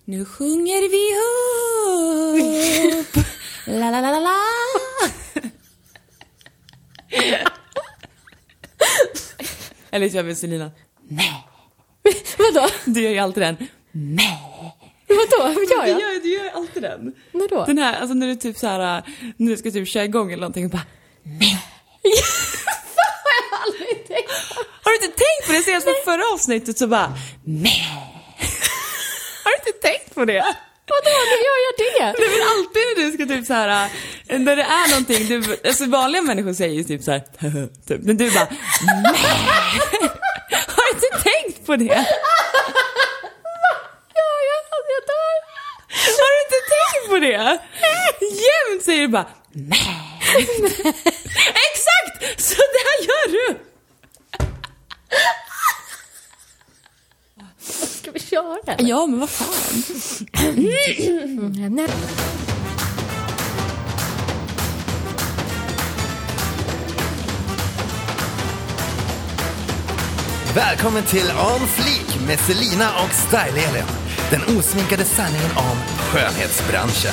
Nu sjunger vi upp. La la la la la. Eller så gör vi Selina. Nej. Vadå? Du gör ju alltid den. Nej. Vadå? Hur gör jag? Du gör alltid den. När då? Den här, alltså när du typ så här, när du ska typ köra igång eller någonting och bara nej. Har du inte tänkt på det? Senast på förra avsnittet så bara nej. Har du inte tänkt på det? Vadå? Hur gör jag det? Det är väl alltid när du ska typ så här, när det är någonting du, alltså vanliga människor säger ju typ så här typ, men du bara nej. Har du inte tänkt på det? Har du inte tänkt på det? Jämt säger du bara nej. Exakt! Så där gör du. Ska vi köra det? Ja, men vad fan. Nej. Välkommen till On Fleek med Selina och Style-Elin. Den osminkade sanningen om skönhetsbranschen.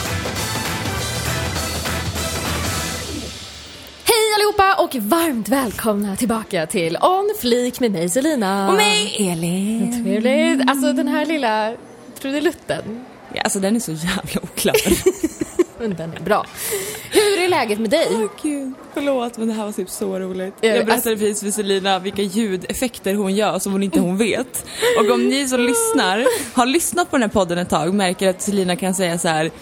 Hej allihopa och varmt välkomna tillbaka till On Fleek med mig Selina. Och mig Elin. Trevligt. Alltså den här lilla trudelutten. Ja, alltså den är så jävla oklar. Men den är bra. Hur är läget med dig? Åh gud, förlåt men det här var typ så roligt. Ja, Jag berättade precis för Selina vilka ljudeffekter hon gör som hon inte vet. Och om ni som lyssnar har lyssnat på den här podden ett tag märker att Selina kan säga så här.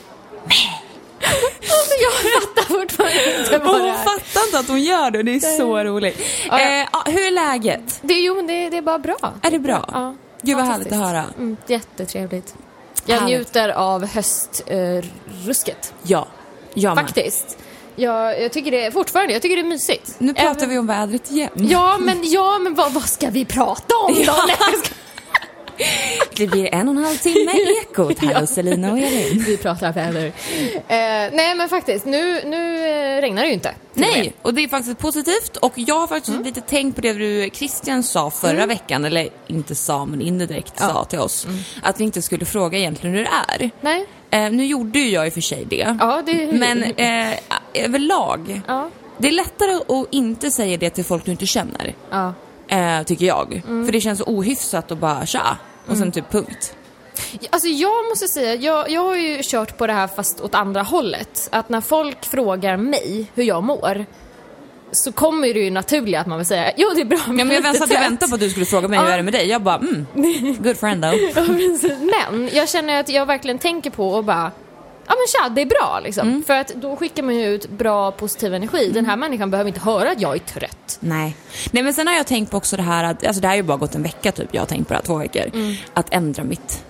Jag fattar fortfarande inte vad Och det hon är. fattar inte att hon gör det och det är så roligt. Ja. Hur är läget? Det är bara bra. Är det bra? Ja. Gud vad härligt att höra. Jättetrevligt. Jag Härligt. njuter av höstrusket. Ja, jag med. Faktiskt. Jag tycker det fortfarande, jag tycker det är mysigt. Nu pratar vi om vädret igen. Ja, men vad ska vi prata om då? Ja. Nej, jag ska... Det blir 1,5 timme ekot här hos Selina och Elin. Vi pratar väder. Nej, men faktiskt, nu regnar det ju inte. Nej, och det är faktiskt positivt. Och jag har faktiskt lite tänkt på det du Christian sa förra veckan. Eller inte sa, men indirekt sa till oss. Att vi inte skulle fråga egentligen hur det är. Nej. Nu gjorde ju jag i och för sig det. Ja, det... Men överlag. Ja. Det är lättare att inte säga det till folk du inte känner. Ja. Tycker jag. För det känns så ohyfsat att bara tja. Och sen typ punkt. Alltså jag måste säga, jag har ju kört på det här fast åt andra hållet. Att när folk frågar mig hur jag mår, så kommer det ju naturligt att man vill säga, jo det är bra, Ja, men jag väntade på att du skulle fråga mig hur är det med dig. Jag bara, good friend though. Ja, precis. Men jag känner att jag verkligen tänker på och bara, ja men tja, det är bra liksom. För att då skickar man ju ut bra positiv energi. Den här människan behöver inte höra att jag är trött. Nej, men sen har jag tänkt på också det här att, alltså det här har ju bara gått en vecka typ, jag har tänkt på det här 2 veckor. Att ändra mitt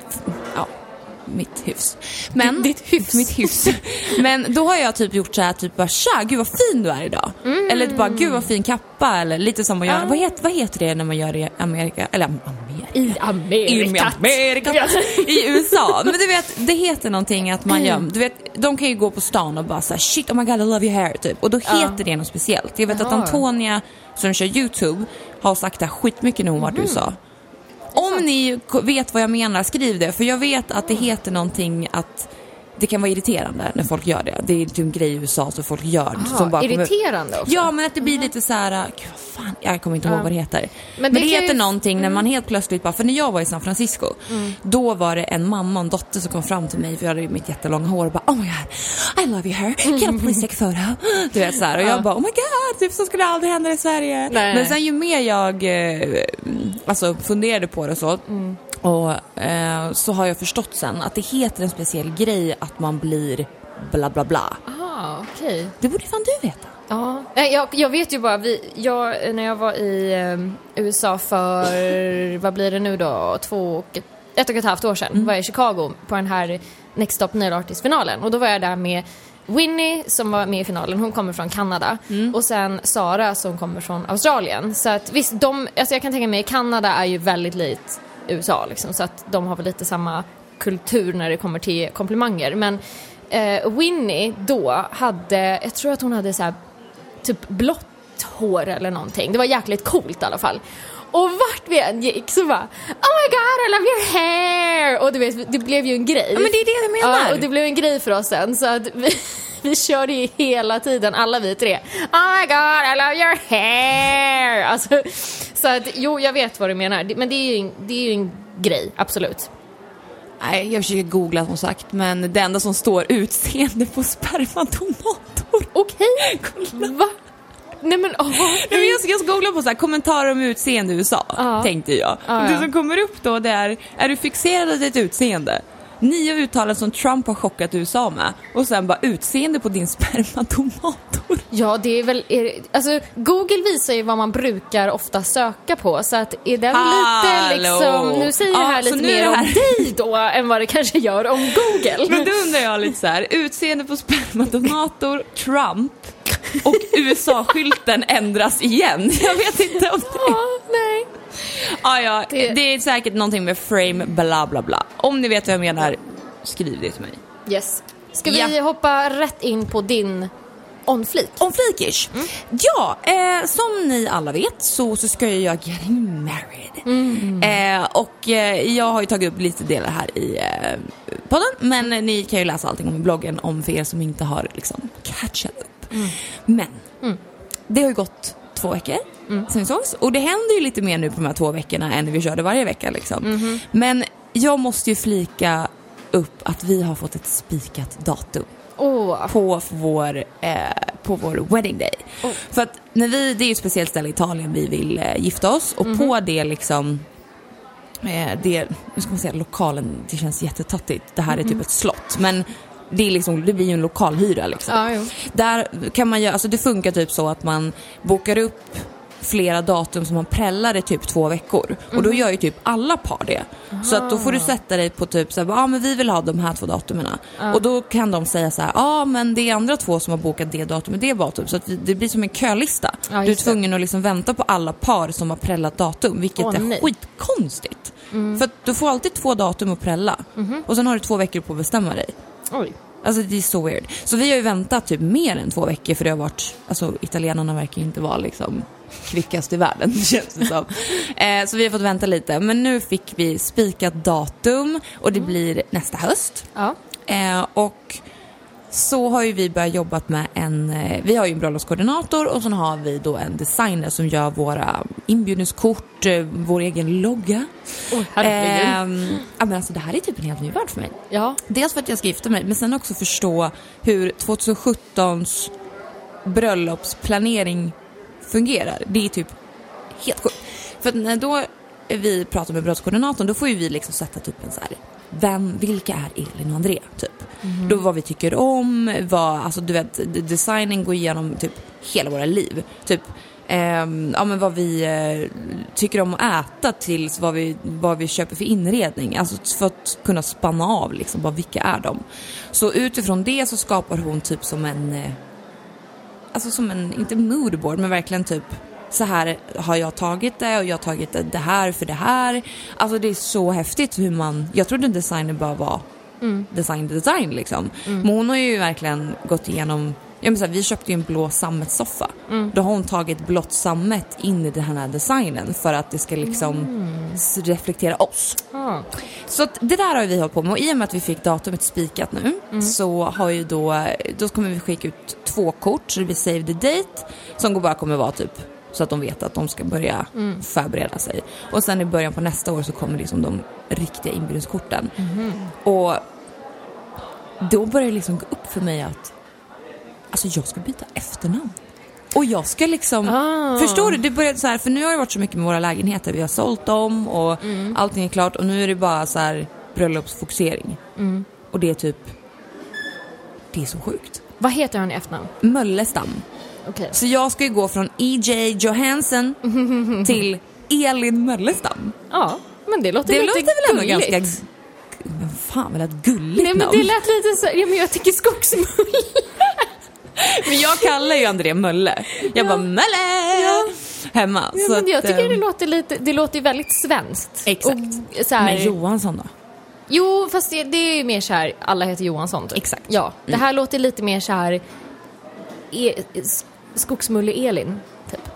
hyfs. Men Ditt hyfs. Mitt hyfs. Men då har jag typ gjort så här typ bara, tja, gud vad fin du är idag. Eller bara, gud vad fin kappa. Eller lite som man gör, vad heter det när man gör det i Amerika? Eller I Amerika. I USA. Men du vet, det heter någonting att man gör, du vet, de kan ju gå på stan och bara säga shit, oh my god, I love your hair typ. Och då heter det något speciellt. Jag vet att Antonia som kör YouTube har sagt det skitmycket när hon var i USA. Om ni vet vad jag menar, skriv det. För jag vet att det heter någonting att det kan vara irriterande när folk gör det. Det är typ en grej i USA så folk gör. Som bara irriterande också? Ja, men att det blir lite så här, gud vad fan, jag kommer inte ihåg vad det heter. Men det heter någonting när man helt plötsligt bara, för när jag var i San Francisco, då var det en mamma och en dotter som kom fram till mig, för jag hade mitt jättelånga hår och bara, oh my god, I love your hair, can I please take a photo? Du vet så här, och jag bara, oh my god, typ så skulle det aldrig hända i Sverige. Nej. Men sen ju mer jag funderade på det och så, och så har jag förstått sen att det heter en speciell grej att man blir bla bla bla. Okej. Det borde fan du veta. Ja, jag vet ju bara, när jag var i USA för, vad blir det nu då, 1,5 år sedan, var jag i Chicago på den här Next Top Nail Artist-finalen. Och då var jag där med Winnie som var med i finalen, hon kommer från Kanada. Och sen Sara som kommer från Australien. Så att visst, alltså jag kan tänka mig, Kanada är ju väldigt likt USA liksom, så att de har väl lite samma kultur när det kommer till komplimanger. Men Winnie då hade, jag tror att hon hade så här typ blått hår eller någonting. Det var jäkligt coolt i alla fall. Och vart vi än gick så bara, oh my god, I love your hair. Och du vet, det blev ju en grej. Ja, men det är det jag menar. Ja, och det blev en grej för oss sen. Så att vi körde ju hela tiden, alla vi tre. Oh my god, I love your hair. Alltså, så att, jo, jag vet vad du menar. Men det är ju en grej, absolut. Nej, jag försöker googla som sagt, men det enda som står utseende på spermadonator. Okej, va? Nej men, jag ska googla på så här, kommentarer om utseende i USA, tänkte jag. Det som kommer upp då, det är du fixerad av ditt utseende? 9 uttalanden som Trump har chockat USA med. Och sen bara utseende på din spermadonator. Ja, det är väl... alltså, Google visar ju vad man brukar ofta söka på. Så att är den lite liksom... Nu säger det här lite mer om dig då än vad det kanske gör om Google. Men då undrar jag lite så här. Utseende på spermadonator, Trump och USA-skylten ändras igen. Jag vet inte om det... Ja, nej. Ja, det är säkert någonting med frame bla bla bla. Om ni vet vad jag menar, skriv det till mig. Yes. Ska vi hoppa rätt in på din on-fleek? On-fleekish? Ja, som ni alla vet så ska jag göra getting married. Och jag har ju tagit upp lite delar här i podden. Men ni kan ju läsa allting om bloggen om för er som inte har liksom catchat upp. Men det har ju gått 2 veckor sen vi sågs. Och det händer ju lite mer nu på de här 2 veckorna än när vi körde varje vecka liksom. Men jag måste ju flika upp att vi har fått ett spikat datum på vår wedding day. För att när det är ju ett speciellt ställe i Italien vi vill gifta oss. Och på det liksom nu ska man säga lokalen, det känns jättetattigt. Det här är typ ett slott, men det blir ju en lokalhyra liksom. Där kan man göra, alltså det funkar typ så att man bokar upp flera datum som man prällar i typ 2 veckor. Och då gör ju typ alla par det. Så att då får du sätta dig på typ så här, men vi vill ha de här 2 datumen. Och då kan de säga så här, men det är andra 2 som har bokat det datum och det datum. Så att det blir som en kölista. Du är tvungen att liksom vänta på alla par som har prällat datum, vilket är skitkonstigt. För att du får alltid 2 datum att prälla. Och sen har du 2 veckor på att bestämma dig. Oj. Alltså det är så weird. Så vi har ju väntat typ mer än 2 veckor, för det har varit, alltså italienarna verkar inte vara liksom kvickast i världen, känns det som. Så vi har fått vänta lite. Men nu fick vi spikat datum och det blir nästa höst. Och så har ju vi börjat jobba med vi har ju en bröllopskoordinator och så har vi då en designer som gör våra inbjudningskort, vår egen logga. Men alltså det här är typ en helt ny värld för mig. Dels för att jag ska gifta mig, men sen också förstå hur 2017s bröllopsplanering fungerar. Det är typ helt sjukt. För att när då vi pratar med bröllopskoordinatorn, då får ju vi liksom sätta typ en så här, vilka är Elin och Andrea typ. Då vad vi tycker om, alltså du vet, designen går igenom typ hela våra liv. Typ men vad vi tycker om att äta tills vad vi köper för inredning, alltså för att kunna spanna av liksom, vilka är de. Så utifrån det så skapar hon typ som en inte moodboard, men verkligen typ så här har jag tagit det och jag har tagit det här för det här. Alltså det är så häftigt hur jag trodde designer bara var design liksom. Men hon har ju verkligen gått igenom. Vi köpte ju en blå sammetssoffa. Då har hon tagit blått sammet in i den här designen för att det ska liksom reflektera oss. Så att det där har vi hållit på med. Och i och med att vi fick datumet spikat nu så har ju då kommer vi skicka ut 2 kort. Så det blir save the date som bara kommer vara typ så att de vet att de ska börja förbereda sig. Och sen i början på nästa år så kommer liksom de riktiga inbjudningskorten. Och då börjar det liksom gå upp för mig att alltså jag ska byta efternamn. Och jag ska liksom förstår du, det började så här, för nu har det varit så mycket med våra lägenheter. Vi har sålt dem och allting är klart. Och nu är det bara så här bröllopsfokusering. Och det är typ, det är så sjukt. Vad heter han i efternamn? Möllestam. Okay. Så jag ska ju gå från E.J. Johansson till Elin Möllestam. Ja, men det låter väl ändå gulligt. Ganska fan, väl ett gulligt namn. Nej, men det lät lite så, men jag tycker skogsmulle. Men jag kallar ju André Mölle. Jag bara Mölle hemma. Ja, men jag tycker det låter väldigt svenskt. Exakt. Och, så här, men Johansson då? Jo, fast det är ju mer så här, alla heter Johansson typ. Exakt. Ja, det här låter lite mer så här skogsmulle Elin typ.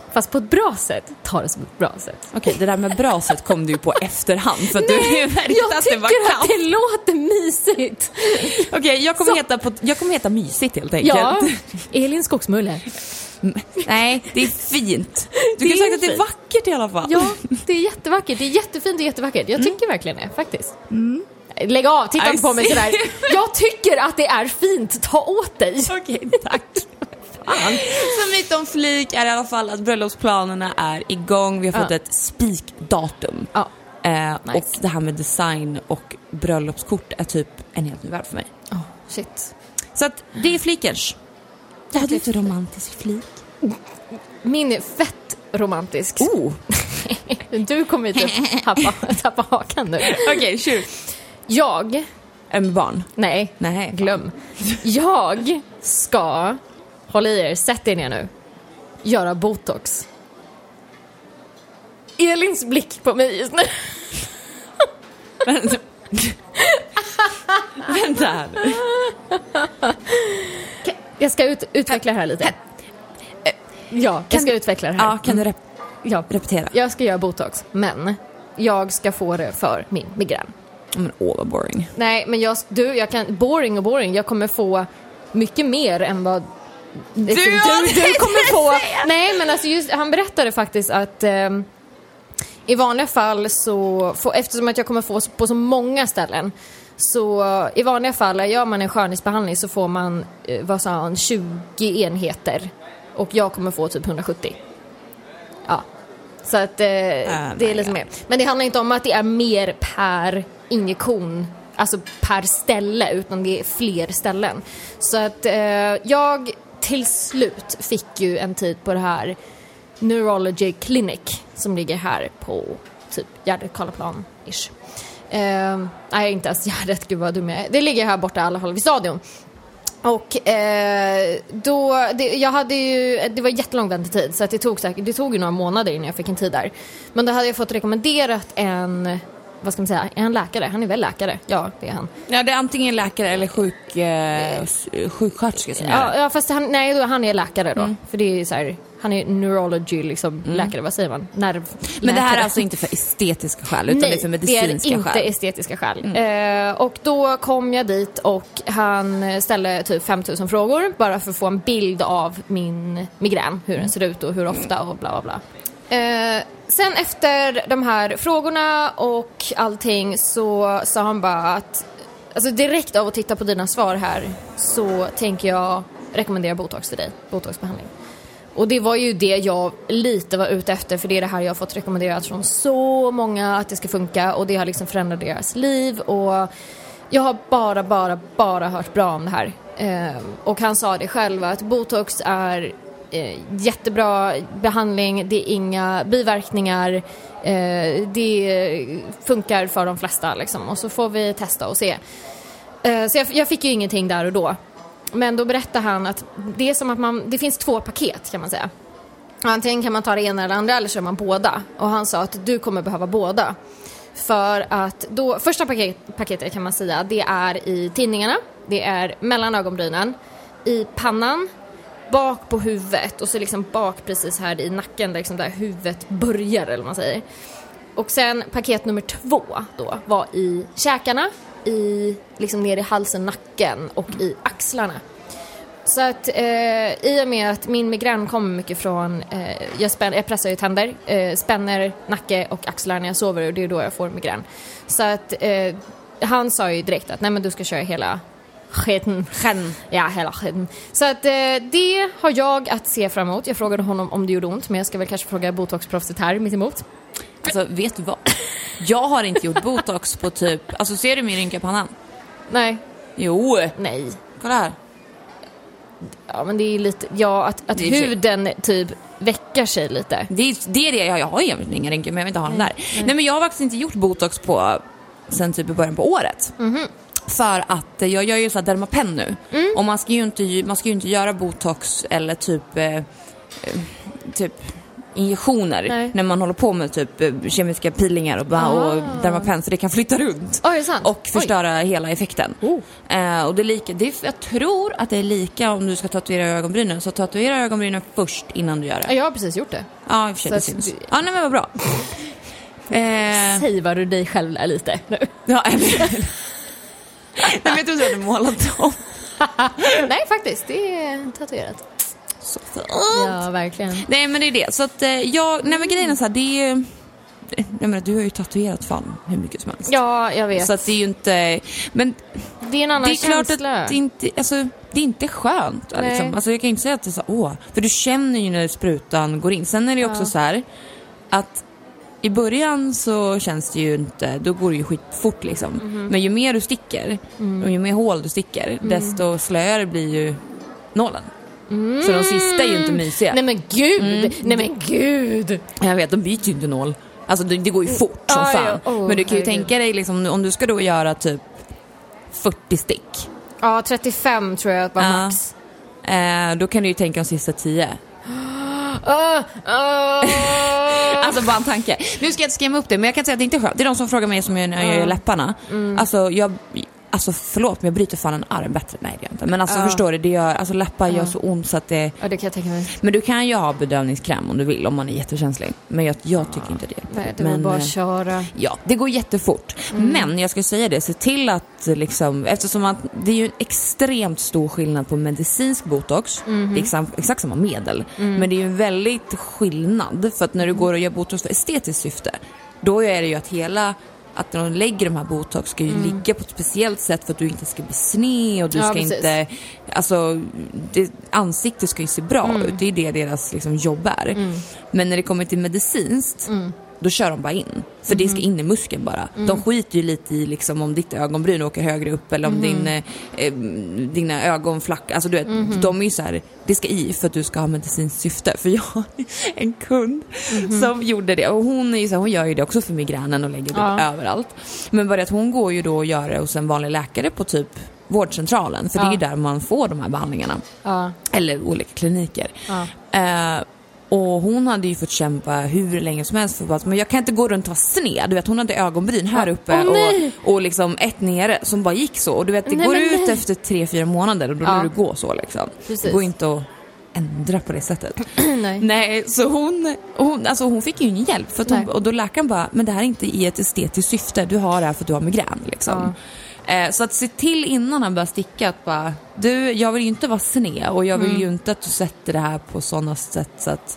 Fast på ett bra sätt. Ta det som ett bra sätt. Okej, det där med bra sätt kom du ju på efterhand. För att du märkte jag att det var tycker kallt. att det låter mysigt. Okej, jag kommer heta mysigt helt enkelt. Ja, Elin Skogsmulle. Nej, det är fint. Du kan säga att det är vackert i alla fall. Ja, det är jättevackert. Det är jättefint och jättevackert. Jag tycker verkligen det, faktiskt. Lägg av, titta inte på mig sådär. Jag tycker att det är fint. Ta åt dig. Okej, tack. Fan. Så mitt om flik är i alla fall att bröllopsplanerna är igång. Vi har fått ett spikdatum. Ja. Nice. Och det här med design och bröllopskort är typ en helt ny värld för mig. Shit. Så att det är flikers. Det är lite romantisk flik. Min är fett romantisk. Du kommer ju typ tappa hakan nu. Okej, sure. Jag... Med barn? Nej, glöm. Jag ska... Håll i er, sätt er ner nu. Göra botox. Elins blick på mig just nu. Vänta här. Jag ska utveckla det här lite. Ja, jag ska utveckla det här. Ja, kan du repetera? Jag ska göra botox, men jag ska få det för min migrän. Men vad boring. Nej, men jag kan... Boring. Jag kommer få mycket mer än vad... Du kommer få... Nej, men alltså just, han berättade faktiskt att i vanliga fall så... eftersom att jag kommer få på så många ställen, så i vanliga fall gör man en skönhetsbehandling så får man 20 enheter. Och jag kommer få typ 170. Ja. Så att det är lite mer. Men det handlar inte om att det är mer per injektion, alltså per ställe, utan det är fler ställen. Så att jag till slut fick ju en tid på det här Neurology Clinic som ligger här på typ Gärdet Karlaplan-ish. Nej, inte ens Gärdet, gud vad dum jag är. Det ligger här borta i alla fall vid stadion. Och det var jättelång väntetid, så att det tog ju några månader innan jag fick en tid där. Men då hade jag fått rekommenderat en, vad ska man säga, en läkare. Han är väl läkare? Ja, det är han. Ja, det är antingen läkare eller sjuksköterska som ja, fast han är läkare då. För det är så här, han är neurology liksom, läkare, vad säger man? Men det här är alltså inte för estetiska skäl, utan det är för medicinska skäl? Nej, det är inte estetiska skäl. Och då kom jag dit och han ställde typ 5000 frågor bara för att få en bild av min migrän, hur den ser ut och hur ofta och bla bla bla. Sen efter de här frågorna och allting så sa han bara att, alltså direkt av att titta på dina svar här så tänker jag rekommendera botox till dig, botoxbehandling. Och det var ju det jag lite var ute efter, för det är det här jag har fått rekommenderat från så många att det ska funka, och det har liksom förändrat deras liv, och jag har bara hört bra om det här. Och han sa det själv att botox är jättebra behandling, det är inga biverkningar, det funkar för de flesta liksom, och så får vi testa och se. Så jag fick ju ingenting där och då. Men då berättade han att det är som att det finns 2 paket kan man säga. Antingen kan man ta det ena eller andra, eller så är man båda. Och han sa att du kommer behöva båda. För att då, första paketet kan man säga, det är i tinningarna, det är mellan ögonbrynen, i pannan, bak på huvudet och så liksom bak precis här i nacken där, liksom där huvudet börjar, eller vad man säger. Och sen paket nummer 2 då var i käkarna, i liksom ner i halsen, nacken och i axlarna. Så att i och med att min migrän kommer mycket från jag pressar ju tänder, spänner nacke och axlar när jag sover, och det är då jag får migrän. Så att han sa ju direkt att nej, men du ska köra hela skeden. Ja, hela skeden. Så att det har jag att se fram emot. Jag frågade honom om det gjorde ont, men jag ska väl kanske fråga botoxproffset här mitt emot. Alltså, vet du vad? Jag har inte gjort botox på typ... Alltså, ser du min rynka på pannan? Nej. Jo. Nej. Kolla här. Ja, men det är lite... Ja, att huden typ väckar sig lite. Det är det jag har egentligen inga rynkor, men jag vill inte ha den där. Nej, men jag har faktiskt inte gjort botox på sen typ i början på året. För att jag gör ju så här Dermapen nu. Och man ska ju inte göra botox eller typ injektioner när man håller på med typ kemiska peelingar och Dermapen, så det kan flytta runt och förstöra hela effekten. Och det är lika, jag tror att det är lika om du ska tatuera ögonbrynen, så tatuera ögonbrynen först innan du gör det. Jag har precis gjort det. Ja, i och för sig det syns. Ja, nej men vad bra. Säg vad du dig själv är lite nu. Ja, jag vet inte hur du målat dem. Nej, faktiskt, det är tatuerat. Så ja, verkligen. Nej, men det är det. Så att men grejen är så här, det är ju... Jag menar, du har ju tatuerat fan hur mycket som helst. Ja, jag vet. Så att det är ju inte... Men det är en annan känsla. Det är klart att det inte... Alltså, det är inte skönt. Liksom. Alltså, jag kan inte säga att det är så... För du känner ju när sprutan går in. Sen är det ju också så här att i början så känns det ju inte... Då går det ju skitfort liksom. Men ju mer du sticker och ju mer hål du sticker, desto slöare blir ju nålen. Så de sista är ju inte mysiga. Nej men gud, nej men gud. Jag vet, de byter ju inte nål. Alltså det går ju fort som fan. Men du kan ju tänka dig liksom, om du ska då göra typ 40 stick. Ja, 35 tror jag att var max. Då kan du ju tänka de sista 10. Alltså bara en tanke. Nu ska jag inte skrämma upp det, men jag kan säga att det inte är skönt. Det är de som frågar mig som jag gör läpparna. Alltså förlåt, men jag bryter fan en arm bättre. Nej, det gör inte. Men alltså förstår du, det gör, alltså läppar gör så ont så att det... Ja, det kan jag tänka mig. Men du kan ju ha bedövningskräm om du vill, om man är jättekänslig. Men jag tycker inte det. Nej, det går bara att köra. Ja, det går jättefort. Men jag ska säga det, se till att liksom, eftersom att det är ju en extremt stor skillnad på medicinsk botox. Det är exakt samma medel. Men det är ju en väldigt skillnad. För att när du går och gör botox för estetiskt syfte, då är det ju att att när de lägger de här botox ska ju ligga på ett speciellt sätt för att du inte ska bli sned och du ska inte, alltså ansiktet ska ju se bra ut, det är det deras liksom jobb är. Men när det kommer till medicinskt då kör de bara in, för det ska in i muskeln bara. De skiter ju lite i liksom om ditt ögonbryn åker högre upp eller om dina ögon flackar, alltså du vet, de är ju så här, det ska i för att du ska ha medicinskt syfte. För jag har en kund som gjorde det, och hon är ju så här, hon gör ju det också för migränen och lägger det överallt. Men bara att hon går ju då och gör det hos en vanlig läkare på typ vårdcentralen, för det är ju där man får de här behandlingarna. Eller olika kliniker. Och hon hade ju fått kämpa hur länge som helst för att, men jag kan inte gå runt och vara sned. Du vet, hon hade ögonbryn här uppe och liksom ett nere som bara gick så. Och du vet, det går ut efter 3-4 månader och då lär du gå så liksom. Precis. Det går inte att ändra på det sättet. Nej, så hon fick ju ingen hjälp. För att och då läkaren bara, men det här är inte i ett estetiskt syfte. Du har det här för att du har migrän liksom. Så att se till innan han börjar sticka att bara, du, jag vill ju inte vara sned och jag vill ju inte att du sätter det här på sådana sätt så att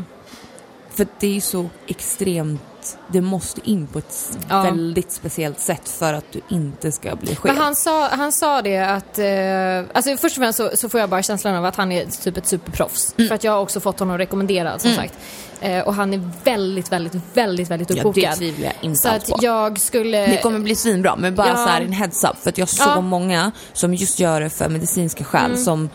för det är ju så extremt, det måste in på ett väldigt speciellt sätt för att du inte ska bli skev. Men han sa det att alltså först och främst så får jag bara känslan av att han är typ ett superproffs. För att jag har också fått honom rekommenderad som sagt. Och han är väldigt, väldigt, väldigt, väldigt uppbokad. Ja, det tvivlar jag inte så att jag skulle... Det kommer bli svinbra, men bara så här en heads up. För att jag såg många som just gör det för medicinska skäl som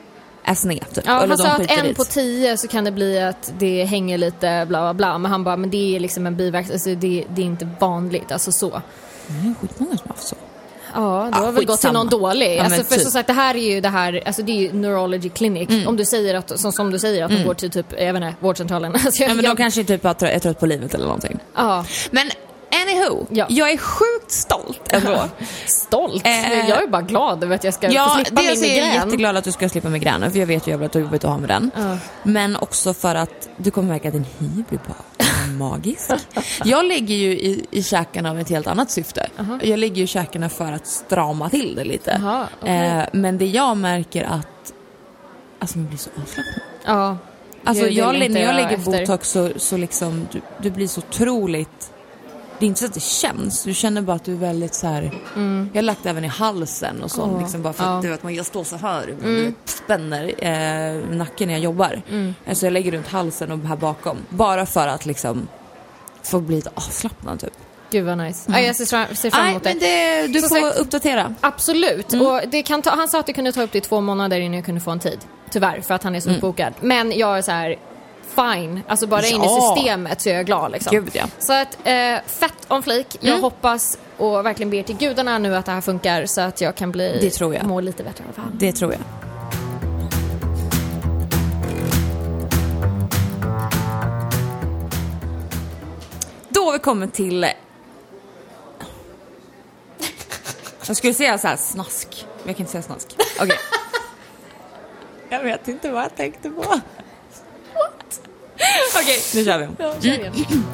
är sned typ. Ja, han sa att 1 på 10 så kan det bli att det hänger lite bla bla bla. Men han bara, men det är liksom en biverksamhet, alltså det är inte vanligt, alltså så. Det är skitmånga som har haft så. Ja, då har väl gått till någon dålig. Alltså, för som sagt, det här är ju alltså det är ju Neurology Clinic. Om du säger att, som du säger, att de går till typ, jag vet inte, vårdcentralen. Alltså, men de kanske typ är trött på livet eller någonting. Ja. Men anywho, jag är sjukt stolt ändå. Stolt? Jag är bara glad över att jag ska få slippa min migrän. Jag är jätteglad att du ska slippa migränen, för jag vet ju att det är jobbigt att ha med den. Men också för att du kommer märka att din hy blir bara magisk. Jag lägger ju i käkarna av ett helt annat syfte. Jag lägger ju käkarna för att strama till det lite. Men det jag märker att alltså man blir så avslappnad. Alltså när jag lägger botox så liksom du blir så otroligt. Det är inte så att det känns. Du känner bara att du är väldigt så här. Jag har lagt även i halsen och så liksom bara för att du vet, jag står så här spänner nacken när jag jobbar. Alltså jag lägger runt halsen och här bakom bara för att liksom få bli lite avslappnad typ. Gud vad nice. Jag ser fram emot det. Du får sagt, uppdatera. Absolut. Och det kan han sa att det kunde ta upp till 2 månader innan jag kunde få en tid. Tyvärr, för att han är så uppbokad. Men jag är så här fine. Alltså bara in i systemet så är jag glad liksom. Gud, ja. Så att fett on flik. Jag hoppas och verkligen ber till gudarna nu att det här funkar så att jag kan bli må lite bättre i alla fall. Det tror jag. vi kommit till... Jag skulle säga så här snask. Men jag kan inte säga snask. Okej. Okay. Jag vet inte vad jag tänkte på. What? Okej, nu kör vi. Ja, kör igen.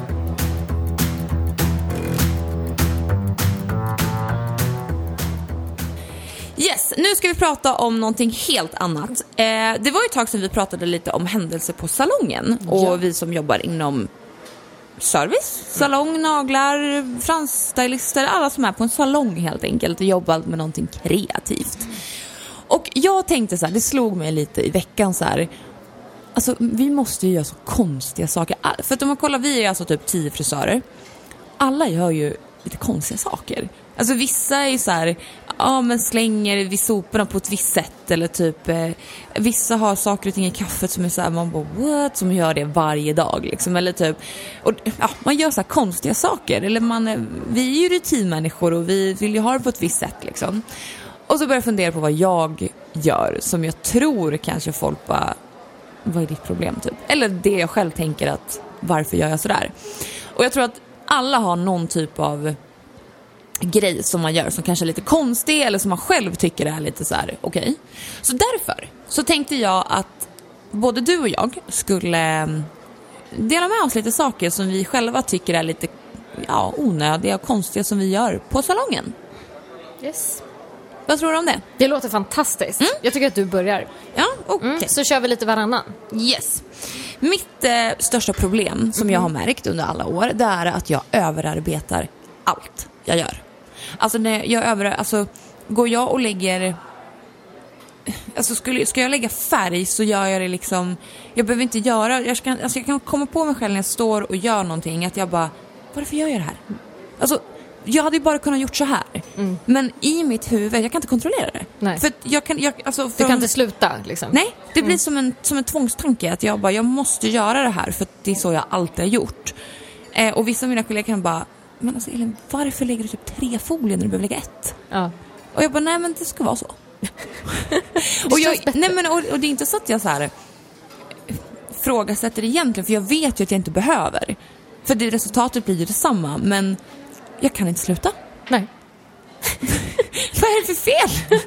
Yes, nu ska vi prata om någonting helt annat. Det var ju ett tag sedan vi pratade lite om händelser på salongen. Och vi som jobbar inom service, salong, naglar, fransstylister, alla som är på en salong helt enkelt och jobbar med någonting kreativt. Och jag tänkte så här, det slog mig lite i veckan så här. Alltså vi måste ju göra så konstiga saker. För att om man kollar, vi är alltså typ 10 frisörer. Alla gör ju lite konstiga saker. Alltså vissa är ju så här, ja men slänger vid soporna på ett visst sätt. Eller typ, vissa har saker och ting i kaffet som är så här, man bara what? Som gör det varje dag liksom. Eller typ, och, ja, man gör så här konstiga saker. Eller vi är ju rutinmänniskor och vi vill ju ha det på ett visst sätt liksom. Och så börjar jag fundera på vad jag gör som jag tror kanske folk bara, vad är ditt problem typ? Eller det jag själv tänker att, varför gör jag sådär? Och jag tror att alla har någon typ av grej som man gör som kanske är lite konstig eller som man själv tycker är lite så här okej. Så därför så tänkte jag att både du och jag skulle dela med oss lite saker som vi själva tycker är lite onödiga och konstiga som vi gör på salongen. Yes. Vad tror du om det? Det låter fantastiskt. Jag tycker att du börjar. Ja, okej. Så kör vi lite varannan. Yes. Mitt största problem som jag har märkt under alla år, det är att jag överarbetar allt jag gör. Alltså när jag går jag och lägger, alltså ska jag lägga färg så gör jag det liksom, jag behöver inte göra, jag kan komma på mig själv när jag står och gör någonting att jag bara, varför gör jag det här? Alltså jag hade ju bara kunnat gjort så här. Men i mitt huvud, jag kan inte kontrollera det. Nej. För du kan inte sluta liksom. Nej, det blir som en tvångstanke att jag måste göra det här för det är så jag alltid har gjort. Och vissa av mina kollegor kan bara, men alltså Elin, varför lägger du typ 3 folier när du behöver lägga 1? Ja. Och jag bara, nej men det ska vara så. Och det är inte så att jag så här frågasätter det egentligen, för jag vet ju att jag inte behöver. För det resultatet blir ju detsamma, men jag kan inte sluta. Nej. Vad är det för fel?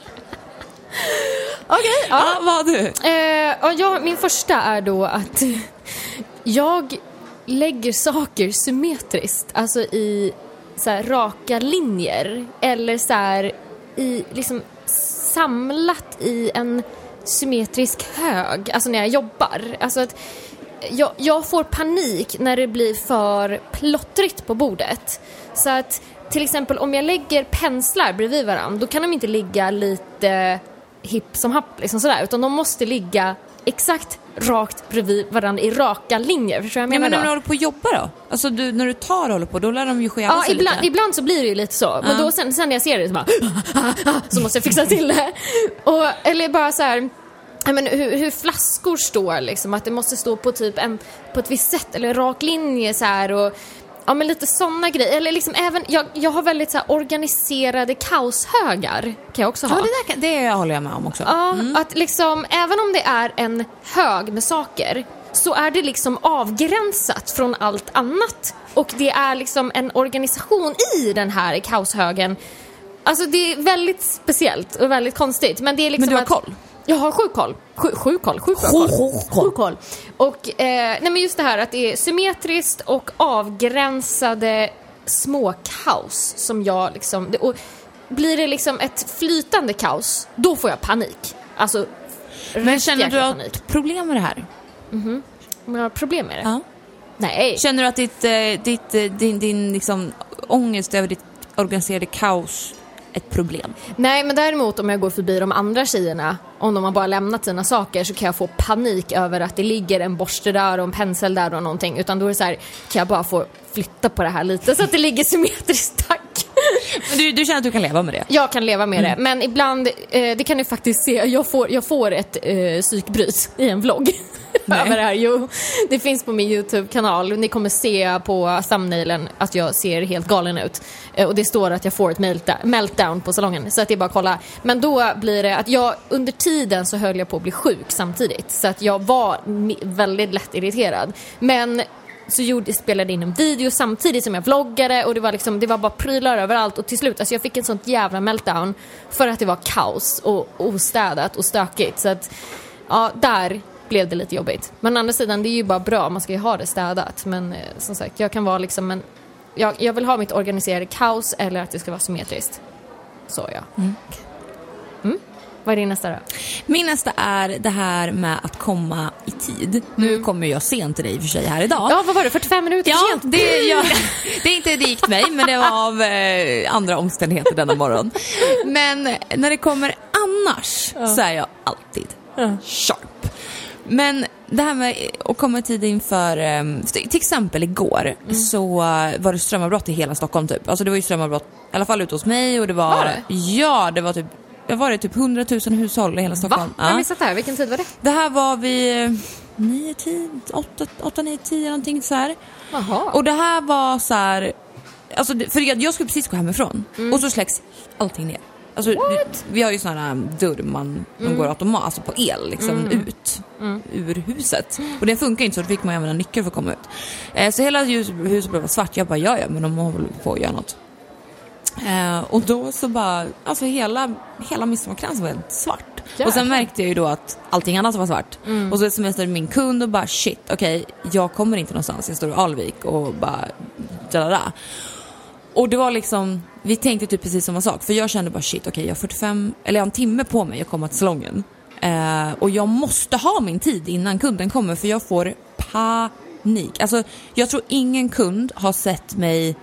Okej, ja. Vad har du? Min första är då att jag lägger saker symmetriskt, alltså i så här raka linjer eller så här i liksom samlat i en symmetrisk hög, alltså när jag jobbar. Alltså att jag får panik när det blir för plottrigt på bordet. Så att till exempel om jag lägger penslar bredvid varandra, då kan de inte ligga lite hipp som happ liksom sådär, utan de måste ligga exakt rakt bredvid varandra i raka linjer. Förstår jag menar? Men när du håller på att jobba då? Alltså när du håller på, då lär de ju skeva sig ibland, lite. Ibland så blir det ju lite så. Men då sen när jag ser det så bara så måste jag fixa till det. Eller bara så här, men hur flaskor står liksom, att det måste stå på typ på ett visst sätt eller rak linje så här, och ja, men lite såna grejer. Eller liksom även, jag har väldigt så här organiserade kaoshögar kan jag också ha. Ja, det håller jag med om också. Ja, att liksom, även om det är en hög med saker, så är det liksom avgränsat från allt annat. Och det är liksom en organisation i den här kaoshögen. Alltså det är väldigt speciellt och väldigt konstigt. Men det är liksom, men du har koll? Jag har 7 koll. 7 koll. Och nej, men just det här att det är symmetriskt och avgränsade små kaos som jag liksom, och blir det liksom ett flytande kaos, då får jag panik. Alltså, men känner du att problem med det här? Om jag har problem med det? Ja. Nej. Känner du att din liksom ångest över ditt organiserade kaos ett problem? Nej, men däremot om jag går förbi de andra tjejerna, om de har bara lämnat sina saker, så kan jag få panik över att det ligger en borste där och en pensel där och någonting. Utan då är det så här, kan jag bara få flytta på det här lite så att det ligger symmetriskt, tack. Men du känner att du kan leva med det? Jag kan leva med det, men ibland, det kan ni faktiskt se, jag får ett psykbryt i en vlogg. Över det här. Jo, det finns på min YouTube-kanal. Ni kommer se på thumbnailen att jag ser helt galen ut. Och det står att jag får ett meltdown på salongen. Så att det är bara att kolla. Men då blir det att jag under tiden så höll jag på att bli sjuk samtidigt. Så att jag var väldigt lätt irriterad. Men spelade in en video samtidigt som jag vloggade, och det var bara prylar överallt, och till slut, alltså jag fick en sånt jävla meltdown för att det var kaos och ostädat och stökigt, så att ja, där blev det lite jobbigt. Men å andra sidan, det är ju bara bra, man ska ju ha det städat, men som sagt, jag kan vara liksom jag vill ha mitt organiserade kaos, eller att det ska vara symmetriskt. Så ja. Vad är din nästa då? Min nästa är det här med att komma i tid. Nu kommer jag sent till dig för sig här idag. Ja, vad var det? 45 minuter sent? Det är inte dikt mig, men det var av andra omständigheter denna morgon. Men när det kommer annars så är jag alltid sharp. Men det här med att komma i tid inför, till exempel igår så var det strömavbrott i hela Stockholm typ. Alltså det var ju strömavbrott i alla fall ute hos mig, och det var det var typ, det var typ 100 000 hushåll i hela Stockholm. Va? Har vi sett det här? Vilken tid var det? Det här var vid 8, 9, 10 någonting så här. Jaha. Och det här var så här, alltså för jag skulle precis gå hemifrån och så släcks allting ner. Alltså vi har ju såna här dörr man går automat, alltså på el liksom ut ur huset. Och det funkar inte, så då fick man använda nyckel för att komma ut. Så hela huset blev svart. Jag bara ja, men de har väl på att göra något. Och då så bara, alltså hela midsommarkransen var helt svart. Jäklar. Och sen märkte jag ju då att allting annat var svart. Och så smsade min kund och bara shit, okej, jag kommer inte någonstans. Jag står i Alvik och bara jalala. Och det var liksom, vi tänkte typ precis samma sak. För jag kände bara shit, okej, jag har en timme på mig att komma till salongen. Och jag måste ha min tid innan kunden kommer, för jag får panik. Alltså jag tror ingen kund har sett mig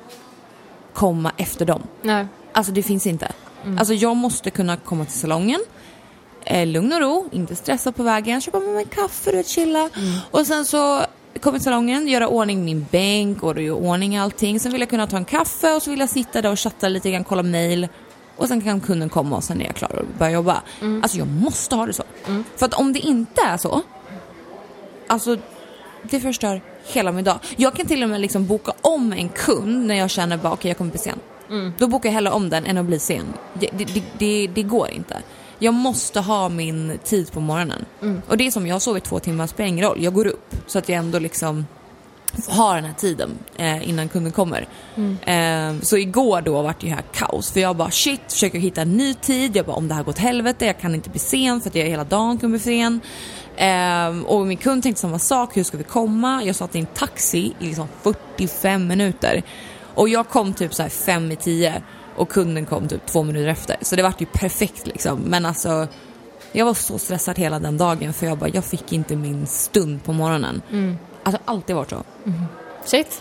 komma efter dem. Nej. Alltså det finns inte. Alltså jag måste kunna komma till salongen, lugn och ro, inte stressa på vägen, köpa med mig kaffe och chilla. Och sen så kommer till salongen, göra ordning min bänk och göra ordning allting. Sen vill jag kunna ta en kaffe, och så vill jag sitta där och chatta lite grann, kolla mejl. Och sen kan kunden komma, och sen är jag klar och börja jobba. Alltså jag måste ha det så. För att om det inte är så, alltså det förstör hela min dag. Jag kan till och med liksom boka om en kund när jag känner bara okej, jag kommer bli sen. Då bokar jag hellre om den än att bli sen. Det går inte. Jag måste ha min tid på morgonen. Och det är som jag har sovit 2 timmar, spelar ingen roll. Jag går upp så att jag ändå liksom har den här tiden innan kunden kommer. Så igår då var det här kaos. För jag bara shit, försöker hitta en ny tid. Jag bara, om det här går åt helvete, jag kan inte bli sen för att jag hela dagen kommer bli sen. Och min kund tänkte samma sak, hur ska vi komma? Jag satt i en taxi i liksom 45 minuter. Och jag kom typ så här 5:10 och kunden kom typ 2 minuter efter. Så det var ju perfekt liksom. Men alltså, jag var så stressad hela den dagen, för jag fick inte min stund på morgonen. Alltså alltid varit så. Shit.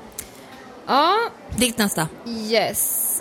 Ja. Ditt nästa. Yes.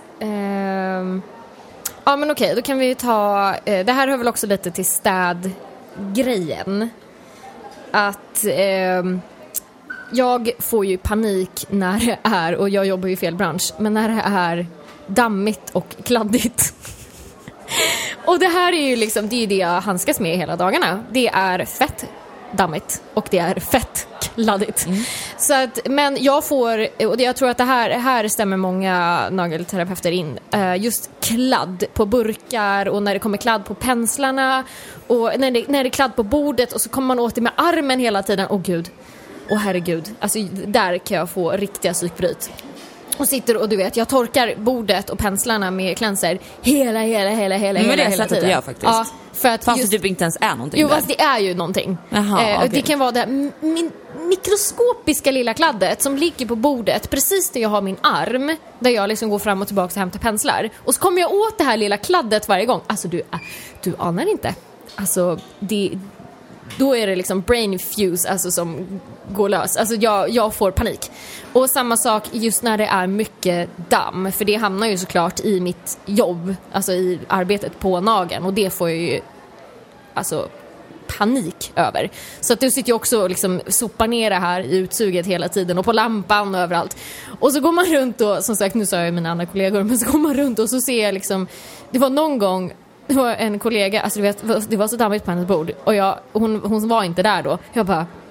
Ja men okej, då kan vi ta, det här hör väl också lite till städgrejen. Att jag får ju panik när det är, och jag jobbar ju i fel bransch, men när det är dammigt och kladdigt. Och det här är ju liksom, det är ju det jag handskas med hela dagarna. Det är fett dammigt och det är fett kladdigt. Så att, men jag får, och jag tror att det här stämmer många nagelterapeuter in, just kladd på burkar, och när det kommer kladd på penslarna, och när det är kladd på bordet, och så kommer man åt det med armen hela tiden. Åh gud, åh herregud, alltså där kan jag få riktiga psykbryt. Och sitter, och du vet, jag torkar bordet och penslarna med cleanser hela tiden. Jag faktiskt. Ja, för att fast det typ inte ens är någonting. Jo, fast det är ju någonting. Aha, okay. Det kan vara det mikroskopiska lilla kladdet som ligger på bordet precis där jag har min arm, där jag liksom går fram och tillbaka och hämtar penslar. Och så kommer jag åt det här lilla kladdet varje gång. Alltså du anar inte. Alltså då är det liksom brain fuse, alltså som går lös. Alltså jag får panik. Och samma sak just när det är mycket damm, för det hamnar ju såklart i mitt jobb, alltså i arbetet på nageln, och det får jag ju alltså panik över. Så att du sitter ju också och liksom sopar ner det här i utsuget hela tiden, och på lampan och överallt. Och så går man runt, och som sagt, nu sa jag ju mina andra kollegor, men så går man runt och så ser jag liksom, det var någon gång, det var en kollega, alltså du vet, det var så dammigt på hennes bord, och hon var inte där då. Jag bara,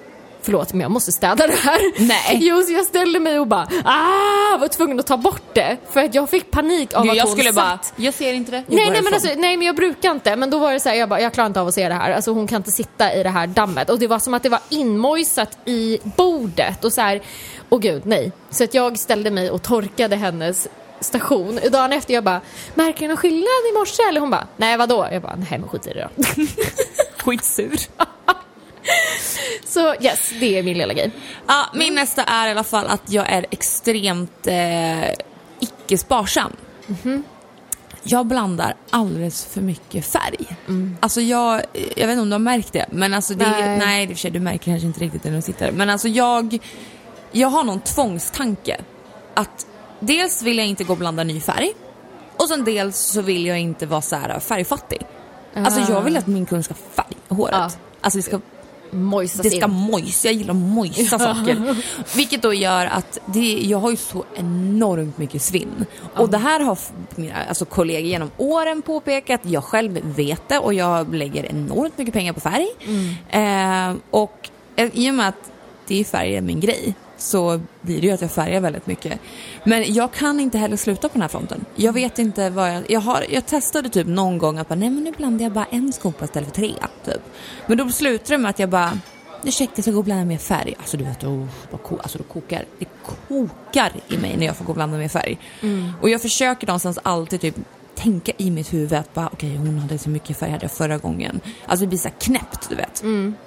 förlåt men jag måste städa det här. Nej. Jo, så jag ställde mig och bara var tvungen att ta bort det. För att jag fick panik av att jag hon skulle satt. jag ser inte det. Nej men jag brukar inte. Men då var det så här, jag klarar inte av att se det här. Alltså hon kan inte sitta i det här dammet. Och det var som att det var inmojsat i bordet. Och så här, gud, nej. Så att jag ställde mig och torkade hennes station. Dagen efter jag bara, märker du någon skillnad i morse? Eller hon bara, nej vadå? Jag bara, nej men skit i det då. Skitsur. Så yes, det är min lilla grej. Ja, min nästa är i alla fall att jag är extremt icke-sparsam. Jag blandar alldeles för mycket färg. Alltså jag vet inte om du har märkt det, men alltså nej, det för sig, du märker kanske inte riktigt när du sitter. Men alltså jag har någon tvångstanke att dels vill jag inte gå och blanda ny färg, och sen dels så vill jag inte vara så här färgfattig. Alltså jag vill att min kund ska färga håret. Alltså det ska mojsa. Jag gillar mojsa saker. Vilket då gör att jag har ju så enormt mycket svinn. Och det här har mina kollegor genom åren påpekat. Jag själv vet det, och jag lägger enormt mycket pengar på färg. Och i och med att det är färg är min grej, så blir det ju att jag färgar väldigt mycket. Men jag kan inte heller sluta på den här fronten. Jag vet inte vad jag testade typ någon gång att nej men nu blandar jag bara en skopa istället för 3 typ. Men då slutade det med att jag bara, ursäkta, jag ska gå och blanda mer färg. Alltså du vet, det kokar i mig när jag får gå och blanda mer färg. Och jag försöker någonstans alltid typ tänka i mitt huvud att bara okej, hon hade så mycket färg hade jag förra gången. Alltså det blir så här knäppt, du vet.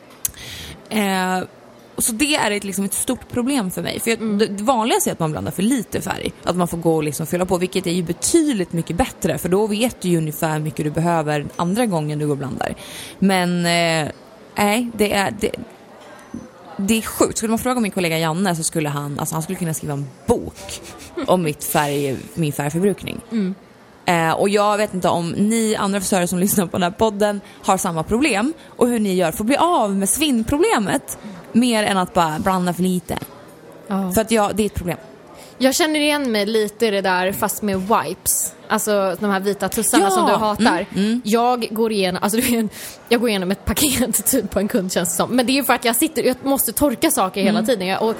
Så det är ett stort problem för mig. För det vanligaste är att man blandar för lite färg. Att man får gå och liksom fylla på. Vilket är ju betydligt mycket bättre. För då vet du ju ungefär hur mycket du behöver andra gången du går och blandar. Men nej, det är sjukt. Skulle man fråga min kollega Janne så skulle han skulle kunna skriva en bok om min färgförbrukning. Och jag vet inte om ni andra frisörer som lyssnar på den här podden har samma problem. Och hur ni gör för att bli av med svinnproblemet. Mer än att bara blanda för lite. För att det är ett problem. Jag känner igen mig lite i det där, fast med wipes. Alltså de här vita tussarna som du hatar. Jag går igenom ett paket typ på en kund, känns det som. Men det är ju för att jag måste torka saker hela tiden. Och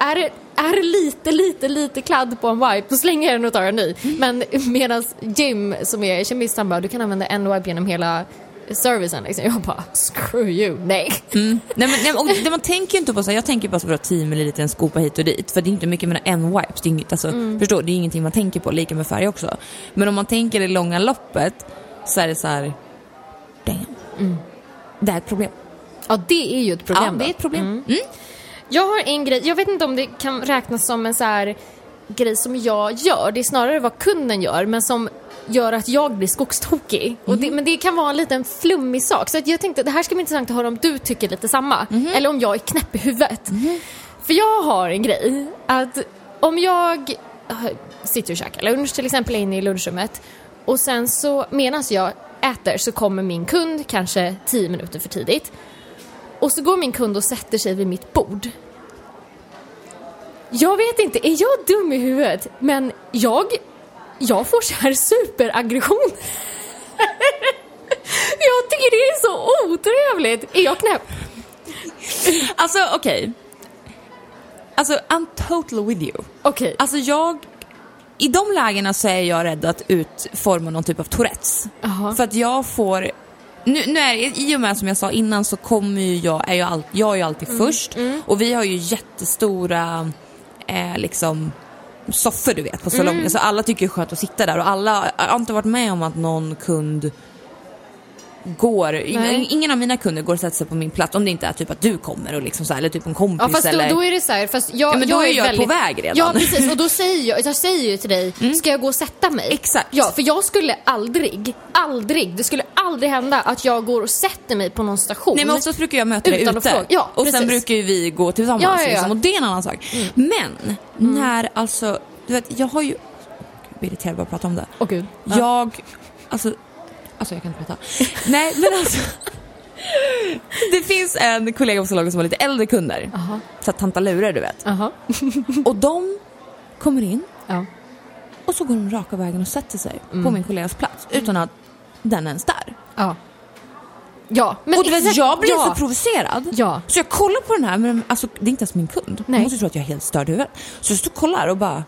är lite kladd på en wipe, då slänger jag den och tar en ny. Men medan Jim, som är kemist, han bara, du kan använda en wipe genom hela servicen liksom. Jag bara, screw you, nej. Nej, och det man tänker inte på så. Jag tänker bara så för att 10 ml en skopa hit och dit. För det är inte mycket med en wipe. Det är inget, förstår, det är ingenting man tänker på. Lika med färg också. Men om man tänker i långa loppet, så är det så här, damn. Det är ett problem. Ja, det är ju ett problem. Ja, det är ett problem. Jag har en grej, jag vet inte om det kan räknas som en så här grej som jag gör. Det är snarare vad kunden gör, men som gör att jag blir skogstokig. Men det kan vara en liten flummig sak. Så att jag tänkte, det här ska bli intressant att höra om du tycker lite samma. Eller om jag är knäpp i huvudet. För jag har en grej att om jag sitter och käkar lunch, till exempel inne i lunchrummet, och sen så medan jag äter så kommer min kund kanske 10 minuter för tidigt. Och så går min kund och sätter sig vid mitt bord. Jag vet inte, är jag dum i huvudet? Men jag får så här superaggression. Jag tycker det är så otrevligt. Är jag knäpp? Alltså, okej. Alltså, I'm totally with you. Okej. Alltså, i de lägena så är jag rädd att utforma någon typ av Tourettes. För att jag får... Nu är det, i och med som jag sa innan, så kommer jag är ju alltid först. Och vi har ju jättestora liksom soffor, du vet, på salongen. Alltså alla tycker det är skönt att sitta där. Och alla, jag har inte varit med om att någon kund ingen av mina kunder går och sätter sig på min plats om det inte är typ att du kommer och liksom så här, eller typ en kompis. Ja, fast då är det så här, fast men då är jag på väg redan. Ja, precis, och då säger jag säger ju till dig, ska jag gå och sätta mig? Exakt. Ja, för jag skulle det skulle aldrig hända att jag går och sätter mig på någon station. Nej, men också brukar jag möta dig ute. Ja, och sen brukar ju vi gå tillsammans liksom, och det är en annan sak. Men när alltså, du vet, jag har ju irriterad bara att prata om det. Åh gud. Alltså jag kan inte prata. Nej, men alltså det finns en kollega på salongen som har lite äldre kunder. Så att tantalurer, du vet. Och de kommer in. Och så går de raka vägen och sätter sig på min kollegas plats utan att den ens där. Ja, men och du vet, jag blir så provocerad. Ja. Så jag kollar på den här, men alltså, det är inte ens min kund. Nej. Jag måste tro att jag är helt störd i huvudet. Så jag står och kollar och bara...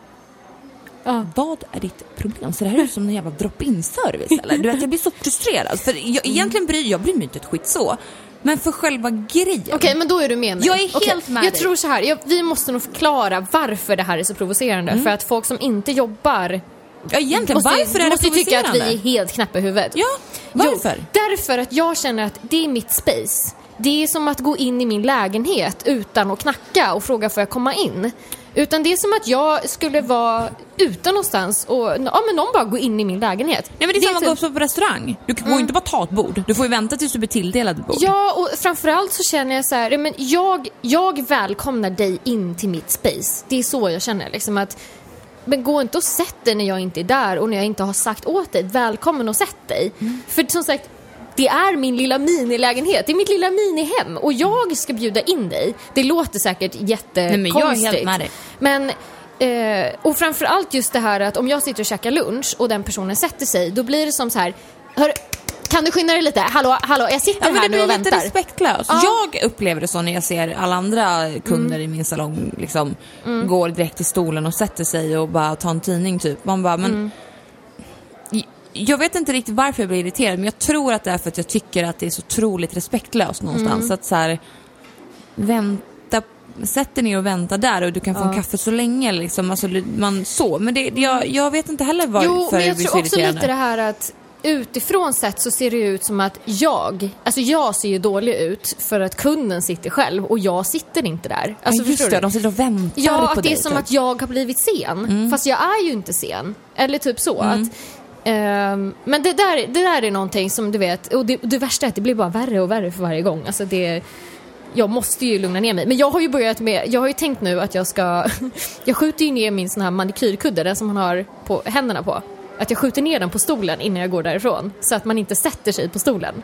Vad är ditt problem? Så det här är som en jävla drop-in-service, eller? Du vet, jag blir så frustrerad. För egentligen bryr mig inte ett skit så. Men för själva grejen. Okej, men då är du med mig. Jag är helt med Jag dig. tror så här, vi måste nog förklara varför det här är så provocerande. För att folk som inte jobbar... Ja, egentligen, varför är det måste tycka att vi provocerande? är helt knäppa i huvudet. Ja, varför? Jo, därför att jag känner att det är mitt space. Det är som att gå in i min lägenhet utan att knacka och fråga får jag komma in. Utan det är som att jag skulle vara ute någonstans och men någon bara går in i min lägenhet. Nej, men det är samma gå på restaurang. Du kan ju inte bara ta ett bord. Du får ju vänta tills du blir tilldelad ett bord. Ja, och framförallt så känner jag så här, men jag välkomnar dig in till mitt space. Det är så jag känner liksom att, men gå inte och sätt dig när jag inte är där och när jag inte har sagt åt dig, välkommen och sätt dig. För som sagt, det är min lilla minilägenhet. Det är mitt lilla minihem. Och jag ska bjuda in dig. Det låter säkert jättekonstigt. Nej, men jag är helt med dig. Men, och framförallt just det här att om jag sitter och käkar lunch och den personen sätter sig, då blir det som så här... Kan du skynda dig lite? Hallå, jag sitter här nu och väntar. Det blir lite respektlöst. Jag upplever det så när jag ser alla andra kunder i min salong liksom går direkt till stolen och sätter sig och bara tar en tidning typ. Man bara, men... Jag vet inte riktigt varför jag blir irriterad, men jag tror att det är för att jag tycker att det är så otroligt respektlöst någonstans. Att så här, sätt dig ner och vänta där och du kan få en kaffe så länge liksom, alltså, man så. Men jag vet inte heller varför det blir så irriterande. Jo, men jag tror också lite det här att utifrån sett så ser det ut som att jag ser ju dålig ut för att kunden sitter själv och jag sitter inte där. Alltså, just det, de sitter och väntar på dig. Ja, att det är som att jag har blivit sen. Fast jag är ju inte sen. Eller typ så att men det där är någonting som du vet, och det värsta är att det blir bara värre och värre för varje gång. Alltså jag måste ju lugna ner mig. Men jag har ju jag har ju tänkt nu att jag skjuter ju ner min sån här manikyrkudde, den som man har på händerna på. Att jag skjuter ner den på stolen innan jag går därifrån. Så att man inte sätter sig på stolen.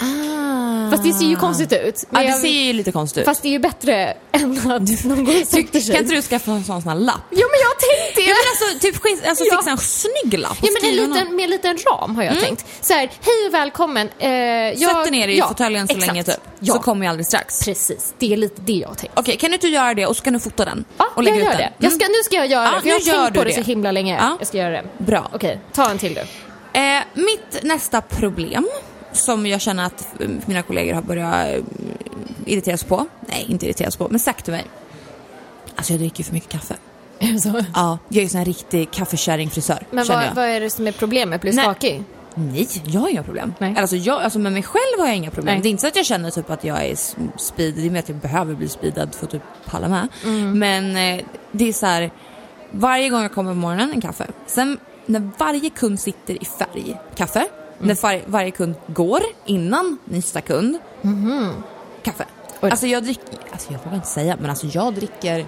Fast det ser ju konstigt ut. Men det ser ju lite konstigt ut. Fast det är ju bättre än att någon går och sätter sig. Kan inte du skaffa en sån här lapp? Jo, men jag tänkte ja, men alltså fixa en snygg lapp. Ja, men med en liten ram har jag tänkt. Så här, hej och välkommen. Sätt dig ner i fåtöljen så länge typ. Så kommer jag alldeles strax. Precis, det är lite det jag har tänkt. Okej, kan du inte göra det och så kan du fota den? Ja, och lägga jag ut gör den. det. Nu ska jag göra det, för jag har tänkt på det så himla länge. Ja. Jag ska göra det. Bra. Okej, ta en till du. Mitt nästa problem som jag känner att mina kollegor har börjat irriteras på. Nej, inte irriteras på, men sagt till mig. Alltså jag dricker för mycket kaffe. Är det så? Ja, jag är ju sån här riktig kaffekärringfrisör. Men vad är det som är problemet? Blir skakig? Nej, jag har inga problem. Nej. Alltså med mig själv har jag inga problem. Nej. Det är inte så att jag känner typ att jag är speed. Det är med att jag behöver bli speedad för att typ palla med. Men det är så här, varje gång jag kommer på morgonen en kaffe. Sen när varje kund sitter i färg kaffe. När varje kund går innan nästa kund kaffe. Alltså jag vågar inte säga, men alltså jag dricker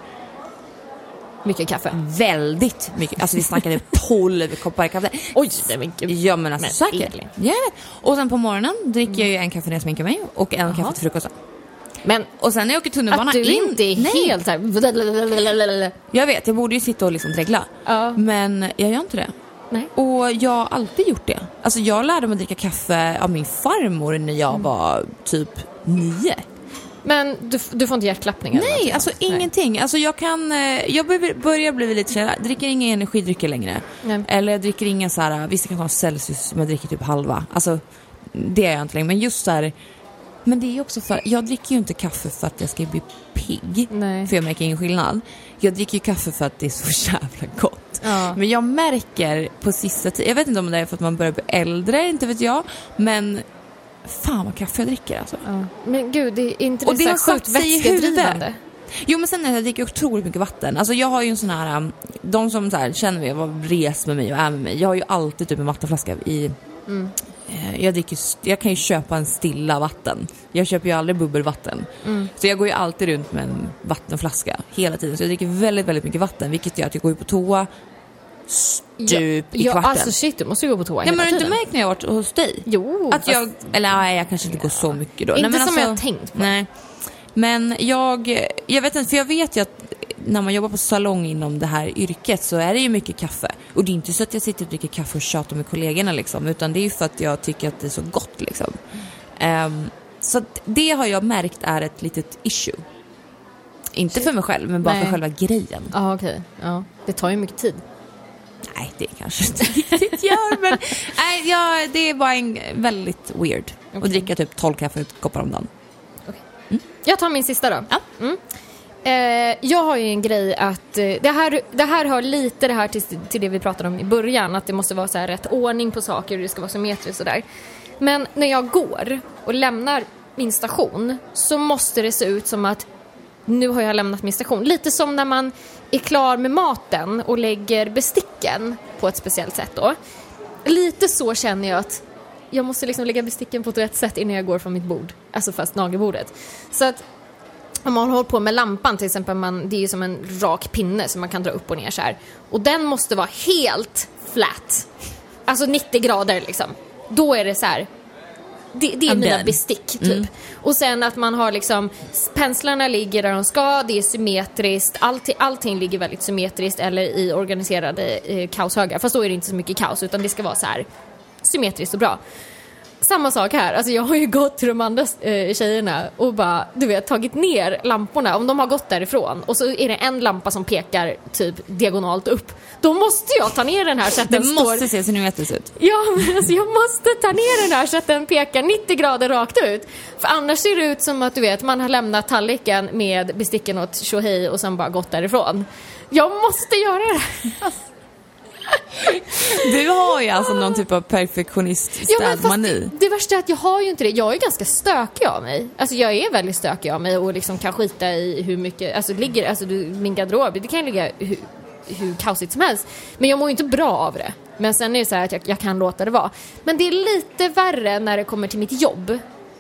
mycket kaffe. Väldigt mycket. Alltså vi snackade 12 koppar kaffe. Oj, det var gud. Ja, men alltså säkert. Jag vet. Och sen på morgonen dricker jag ju en kaffe när jag sminkar mig och en kaffe till frukosten. Men och sen när jag åker tunnelbana att du inte är helt här. Jag vet, jag borde ju sitta och liksom dregla. Men jag gör inte det. Nej. Och jag har alltid gjort det. Alltså jag lärde mig att dricka kaffe av min farmor när jag var typ 9. Men du får inte hjärtklappningar? Nej, alltså ingenting. Alltså jag börjar bli lite kär. Jag dricker inga energidrycker längre. Nej. Eller jag dricker inga så här, vissa kan ha Celsius som jag dricker typ halva. Alltså det är jag inte längre. Men just där. Men det är också för jag dricker ju inte kaffe för att jag ska bli pigg. Nej. För jag märker ingen skillnad. Jag dricker ju kaffe för att det är så jävla gott. Ja. Men jag märker på sista tiden, jag vet inte om det är för att man börjar bli äldre, inte vet jag. Men fan vad kaffe jag dricker alltså. Ja. Men gud, det är inte det, och det har satt sig i huvudet. Jo, men sen jag dricker otroligt mycket vatten. Alltså jag har ju en sån här, de som så här, känner mig, var res med mig och är med mig. Jag har ju alltid typ en vattenflaska i. Jag kan ju köpa en stilla vatten. Jag köper ju aldrig bubbelvatten. Så jag går ju alltid runt med en vattenflaska hela tiden. Så jag dricker väldigt, väldigt mycket vatten, vilket gör att jag går på toa stup i kvarten. Alltså shit, du måste gå på toa hela tiden. Men har du inte tiden. märkt när jag har varit hos dig? Jo. Att jag kanske inte går så mycket då. Inte nej, men som jag har tänkt på. Nej. Men jag vet inte, för jag vet ju att när man jobbar på salong inom det här yrket så är det ju mycket kaffe. Och det är inte så att jag sitter och dricker kaffe och tjatar med kollegorna liksom, utan det är ju för att jag tycker att det är så gott liksom. Så att det har jag märkt är ett litet issue. Inte för mig själv, men bara för själva grejen. Ja, okej. Ja, det tar ju mycket tid. Nej, det kanske inte riktigt gör, men nej, det är bara väldigt weird att dricka typ 12 kaffekoppar om dagen. Jag tar min sista då. Ja. Jag har ju en grej att det här har lite det här till det vi pratade om i början, att det måste vara så här rätt ordning på saker och det ska vara symmetriskt och där. Men när jag går och lämnar min station så måste det se ut som att nu har jag lämnat min station. Lite som när man är klar med maten och lägger besticken på ett speciellt sätt då. Lite så känner jag att jag måste liksom lägga besticken på ett rätt sätt innan jag går från mitt bord. Alltså fast nagelbordet. Så att om man håller på med lampan till exempel, det är ju som en rak pinne som man kan dra upp och ner så här. Och den måste vara helt flat. Alltså 90 grader liksom. Då är det så här. Det är mina bestick typ. Och sen att man har liksom penslarna ligger där de ska, det är symmetriskt, allting ligger väldigt symmetriskt eller i organiserade kaoshögar. Fast då är det inte så mycket kaos utan det ska vara så här symmetriskt och bra. Samma sak här, alltså jag har ju gått till de andra tjejerna och bara, du vet, tagit ner lamporna. Om de har gått därifrån och så är det en lampa som pekar typ diagonalt upp, då måste jag ta ner den här så att den måste se symmetriskt ut. Ja, men alltså jag måste ta ner den här så att den pekar 90 grader rakt ut. För annars ser det ut som att du vet, man har lämnat tallriken med besticken åt tjohej och sen bara gått därifrån. Jag måste göra det. Du har ju alltså någon typ av perfektionist-städmani. Det värsta är att jag har ju inte det. Jag är ganska stökig av mig. Alltså jag är väldigt stökig av mig och liksom kan skita i hur mycket, alltså min garderob, det kan ligga hur kaosigt som helst. Men jag mår ju inte bra av det. Men sen är det så här att jag kan låta det vara. Men det är lite värre när det kommer till mitt jobb.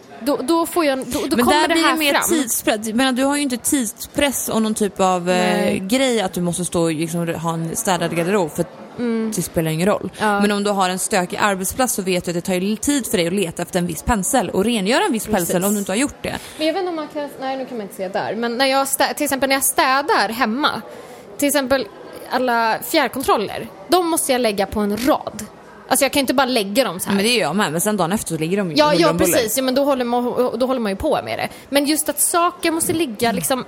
Då får jag, då men kommer där det blir här det mer fram. tidspress. Men du har ju inte tidspress och någon typ av grej att du måste stå och liksom ha en städad garderob för det spelar ingen roll. Ja. Men om du har en stökig arbetsplats så vet du att det tar tid för dig att leta efter en viss pensel och rengöra en viss pensel om du inte har gjort det. Men jag vet inte om man kan, nej nu kan man inte se där. Men när jag till exempel när jag städar hemma, till exempel alla fjärrkontroller, de måste jag lägga på en rad. Alltså jag kan inte bara lägga dem så här. Men det gör jag med, men sen dagen efter så ligger de ju. Ja precis, ja, men då håller man ju på med det. Men just att saker måste ligga liksom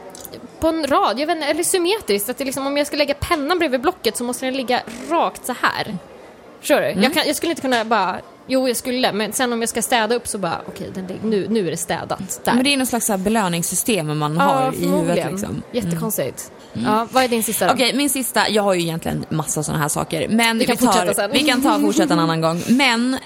på en rad, jag vet inte, eller symmetriskt, att det liksom, om jag ska lägga pennan bredvid blocket så måste den ligga rakt så här. Förstår du? Jag skulle inte kunna bara, jag skulle, men sen om jag ska städa upp så bara, okej, nu är det städat där. Men det är någon slags belöningssystem man har i huvudet liksom. Jättekonstigt. Ja, vad är din sista då? Okej, min sista, jag har ju egentligen massa sådana här saker. Men vi kan fortsätta en annan gång. Men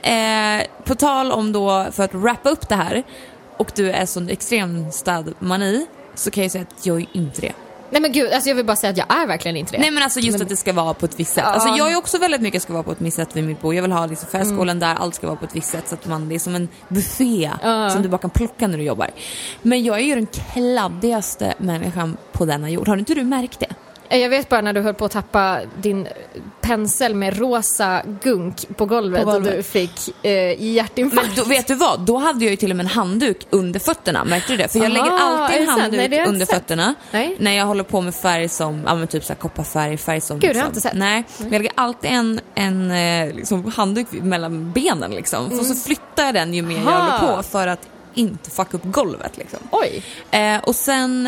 på tal om då, för att wrappa upp det här, och du är sån extrem städmani, så kan jag säga att jag är inte det. Nej men gud, alltså jag vill bara säga att jag är verkligen inte det. Nej men alltså just att det ska vara på ett visst sätt. Alltså jag är också väldigt mycket ska vara på ett visst sätt vid mitt bord. Jag vill ha liksom färskålen där, allt ska vara på ett visst sätt så att det är som en buffé som du bara kan plocka när du jobbar. Men jag är ju den kladdigaste människan på denna jord. Har inte du märkt det? Jag vet bara när du höll på att tappa din pensel med rosa gunk på golvet. Och du fick hjärtinfarkt. Men då, vet du vad? Då hade jag ju till och med en handduk under fötterna. Märkte du det? För jag lägger alltid en handduk under fötterna. Nej. När jag håller på med färg som, typ så här kopparfärg, färg som... Gud, liksom, jag har inte sett. Nej, jag lägger alltid en liksom handduk mellan benen liksom. Och så flyttar jag den ju mer jag håller på för att inte fucka upp golvet liksom. Oj. Och sen...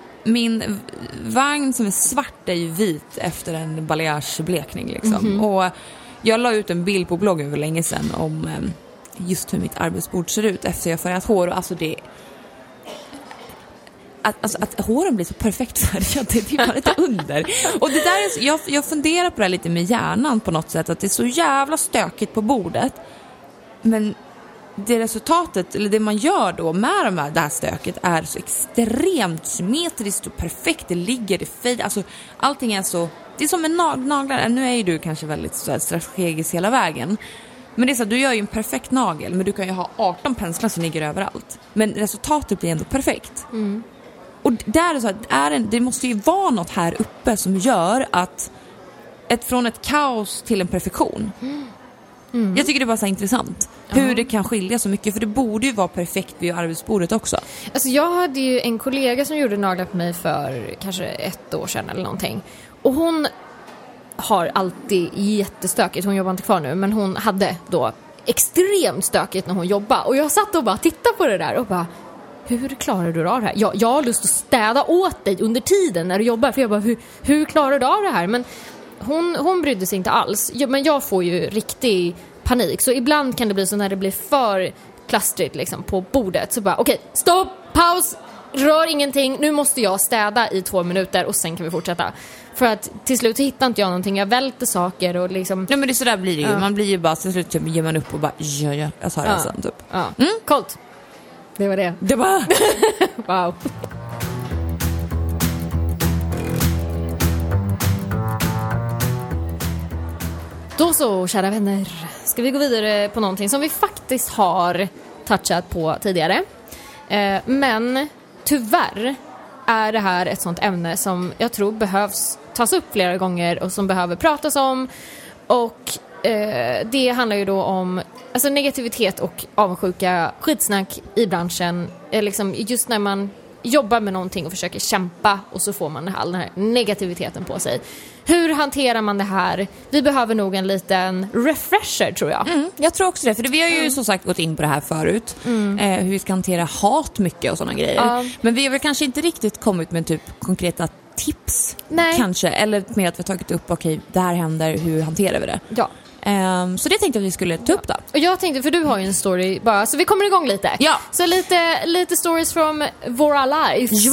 min vagn som är svart är ju vit efter en balayage-blekning liksom. Och jag la ut en bild på bloggen för länge sedan om just hur mitt arbetsbord ser ut efter jag färgat hår. Och alltså det... Att håren blir så perfekt färgad, det är bara lite under. Och det där är, jag funderar på det lite med hjärnan på något sätt, att det är så jävla stökigt på bordet. Men det resultatet, eller det man gör då med det här stöket är så extremt symmetriskt och perfekt. Det ligger, det fejdar, alltså allting är så, det är som en naglar. Nu är ju du kanske väldigt så strategisk hela vägen, men det är så att du gör ju en perfekt nagel, men du kan ju ha 18 penslar som ligger överallt, men resultatet blir ändå perfekt. Och där är det så att det måste ju vara något här uppe som gör att från ett kaos till en perfektion. Jag tycker det är bara så intressant hur det kan skilja så mycket, för det borde ju vara perfekt vid arbetsbordet också. Alltså jag hade ju en kollega som gjorde naglar på mig för kanske 1 år sedan eller någonting. Och hon har alltid jättestökigt, hon jobbar inte kvar nu, men hon hade då extremt stökigt när hon jobbar. Och jag satt och bara tittade på det där och bara, hur klarar du av det här? Jag har lust att städa åt dig under tiden när du jobbar. För jag bara, hur klarar du av det här? Men hon brydde sig inte alls. Men jag får ju riktig panik. Så ibland kan det bli så när det blir för klastrigt liksom, på bordet. Så bara, okej, stopp, paus, rör ingenting. Nu måste jag städa i 2 minuter och sen kan vi fortsätta. För att till slut hittar inte jag någonting. Jag välter saker och liksom... Ja, men det är så där blir det ju. Man blir ju bara, till slut typ, ger man upp och bara, ja, jag tar det sen typ. Ja, coolt. Det var det. Det var... Wow. Då så, kära vänner, ska vi gå vidare på någonting som vi faktiskt har touchat på tidigare. Men tyvärr är det här ett sånt ämne som jag tror behövs tas upp flera gånger och som behöver pratas om. Och det handlar ju då om alltså negativitet och avundsjuka, skitsnack i branschen. Liksom just när man jobbar med någonting och försöker kämpa och så får man all den här negativiteten på sig. Hur hanterar man det här? Vi behöver nog en liten refresher, tror jag. Jag tror också det, för vi har ju som sagt gått in på det här förut. Hur vi ska hantera hat mycket och sådana grejer. Men vi har väl kanske inte riktigt kommit med typ konkreta tips. Nej. Kanske, eller med att vi har tagit upp, okej, det här händer, hur hanterar vi det? Ja. Så det tänkte jag att vi skulle ta upp då. Och jag tänkte, för du har ju en story bara, så vi kommer igång lite. Ja. Så lite stories from våra lives.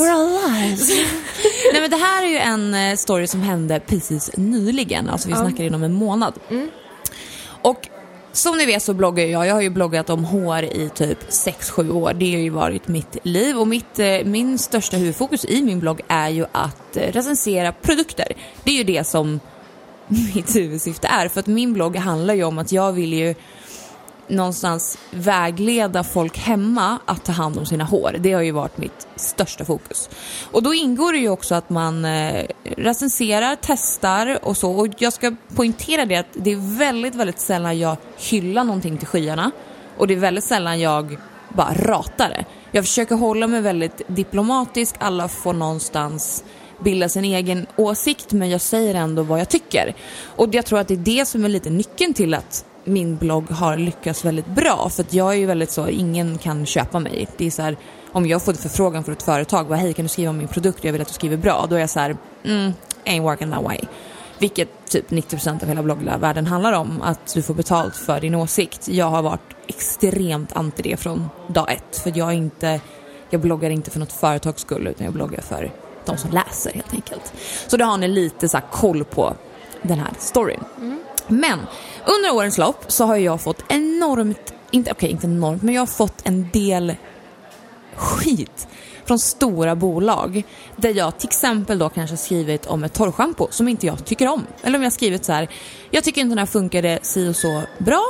Nej, men det här är ju en story som hände precis nyligen. Alltså vi snackar inom en månad. Och som ni vet så bloggar jag har ju bloggat om hår i typ 6-7 år. Det har ju varit mitt liv. Och min största huvudfokus i min blogg är ju att recensera produkter. Det är ju det som mitt huvudsyfte är. För att min blogg handlar ju om att jag vill ju någonstans vägleda folk hemma att ta hand om sina hår. Det har ju varit mitt största fokus. Och då ingår det ju också att man recenserar, testar och så. Och jag ska poängtera det att det är väldigt, väldigt sällan jag hyllar någonting till skyarna. Och det är väldigt sällan jag bara ratar det. Jag försöker hålla mig väldigt diplomatisk. Alla får någonstans bilda sin egen åsikt, men jag säger ändå vad jag tycker. Och jag tror att det är det som är lite nyckeln till att min blogg har lyckats väldigt bra. För att jag är ju väldigt så, ingen kan köpa mig. Det är så här, om jag får en förfrågan från ett företag, vad hej, kan du skriva om min produkt? Jag vill att du skriver bra. Då är jag så här, ain't working that way. Vilket typ 90% av hela bloggvärlden handlar om. Att du får betalt för din åsikt. Jag har varit extremt anti det från dag ett. För jag bloggar inte för något företags skull, utan jag bloggar för de som läser helt enkelt. Så då har ni lite så här koll på den här storyn. Men under årens lopp så har jag fått inte enormt, men jag har fått en del skit från stora bolag där jag till exempel då kanske skrivit om ett torrschampo som inte jag tycker om. Eller om jag skrivit så här, jag tycker inte den här funkade si och så bra,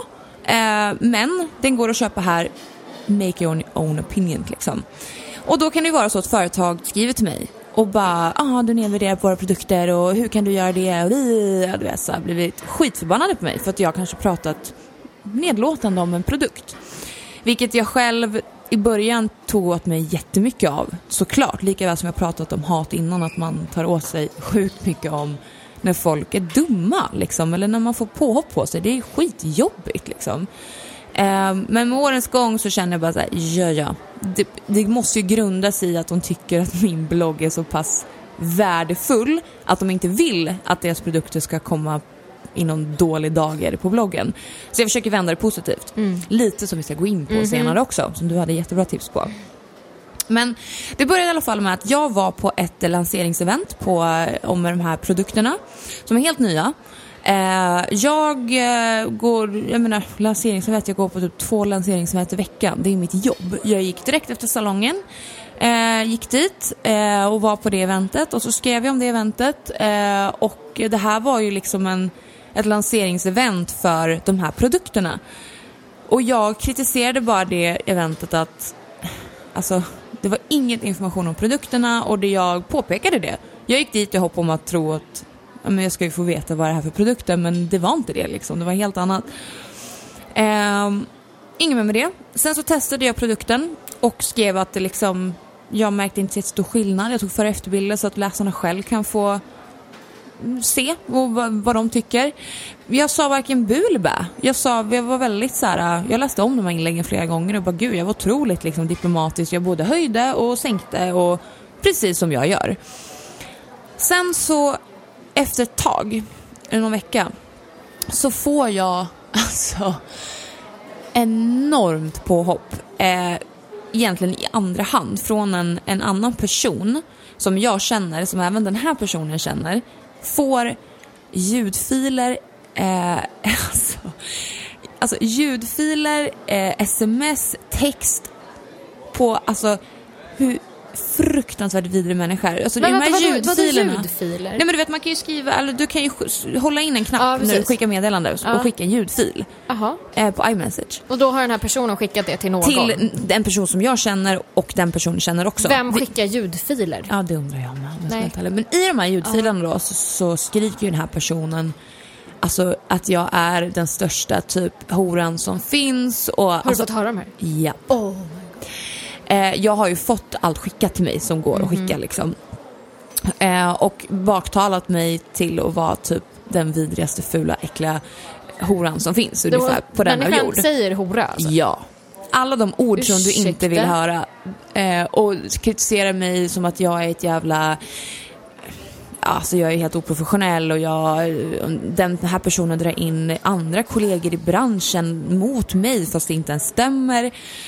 men den går att köpa här, make your own opinion liksom. Och då kan det vara så att företag skriver till mig och bara, du nedvärderar på våra produkter och hur kan du göra det? Och du vet, så här, blivit skitförbannade på mig för att jag kanske pratat nedlåtande om en produkt. Vilket jag själv i början tog åt mig jättemycket av, såklart. Lika väl som jag pratat om hat innan, att man tar åt sig sjukt mycket om när folk är dumma liksom, eller när man får påhopp på sig. Det är skitjobbigt liksom. Men med årens gång så känner jag bara så här, det måste ju grunda sig i att de tycker att min blogg är så pass värdefull att de inte vill att deras produkter ska komma i någon dålig dagar på bloggen. Så jag försöker vända det positivt. Lite som vi ska gå in på senare också, som du hade jättebra tips på. Men det började i alla fall med att jag var på ett lanseringsevent om de här produkterna som är helt nya. Lanseringsevent, jag går på typ 2 lanseringsevent i veckan. Det är mitt jobb. Jag gick direkt efter salongen, gick dit och var på det eventet, och så skrev jag om det eventet, och det här var ju liksom ett lanseringsevent för de här produkterna. Och jag kritiserade bara det eventet att alltså, det var ingen information om produkterna, och jag påpekade det. Jag gick dit i hopp om att tro att jag ska ju få veta vad det här för produkter, men det var inte det liksom. Det var helt annat. Ingen med det. Sen så testade jag produkten och skrev att det liksom, jag märkte inte så stor skillnad. Jag tog för efterbilder så att läsarna själv kan få se och vad de tycker. Jag sa varken bu eller bä. Jag var väldigt så här, jag läste om de här inläggen flera gånger och bara gud, jag var otroligt liksom diplomatisk. Jag både höjde och sänkte och precis som jag gör. Sen så efter ett tag, någon vecka, så får jag alltså enormt påhopp. Egentligen i andra hand från en annan person som jag känner, som även den här personen känner, får ljudfiler, alltså ljudfiler, sms, text på alltså hur fruktansvärt vidre människor. Alltså men de här ljudfilerna. Nej, men du vet, man kan ju skriva, eller du kan ju hålla in en knapp när du skickar meddelande och skicka en ljudfil på iMessage. Och då har den här personen skickat det till någon? Till den person som jag känner och den personen känner också. Vem skickar ljudfiler? Ja, det undrar jag med. Men i de här ljudfilerna då så skriker ju den här personen alltså att jag är den största typ horan som finns. Och, har du fått höra de här? Ja. Oh. Jag har ju fått allt skickat till mig som går att skicka liksom. Och baktalat mig till att vara typ den vidrigaste, fula, äckliga horan som finns ungefär på denna jord. Säger hora alltså? Ja. Alla de ord som du inte vill höra. Och kritiserar mig som att jag är ett jävla... Alltså jag är helt oprofessionell och den här personen drar in andra kollegor i branschen mot mig fast det inte ens stämmer.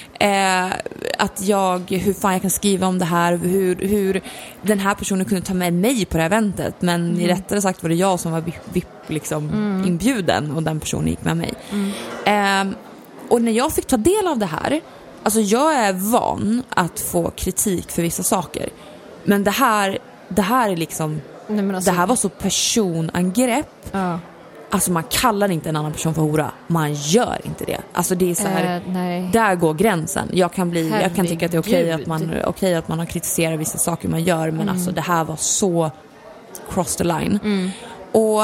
Hur fan jag kan skriva om det här, hur den här personen kunde ta med mig på det här eventet, men rättare sagt var det jag som var liksom inbjuden och den personen gick med mig. Och när jag fick ta del av det här, alltså jag är van att få kritik för vissa saker, men det här är liksom... Nej, men alltså... Det här var så personangrepp. Ja. Alltså man kallar inte en annan person för hora. Man gör inte det. Alltså det är så här, där går gränsen. Jag kan tycka att det är okej att man har kritiserat vissa saker man gör, men alltså det här var så cross the line. Och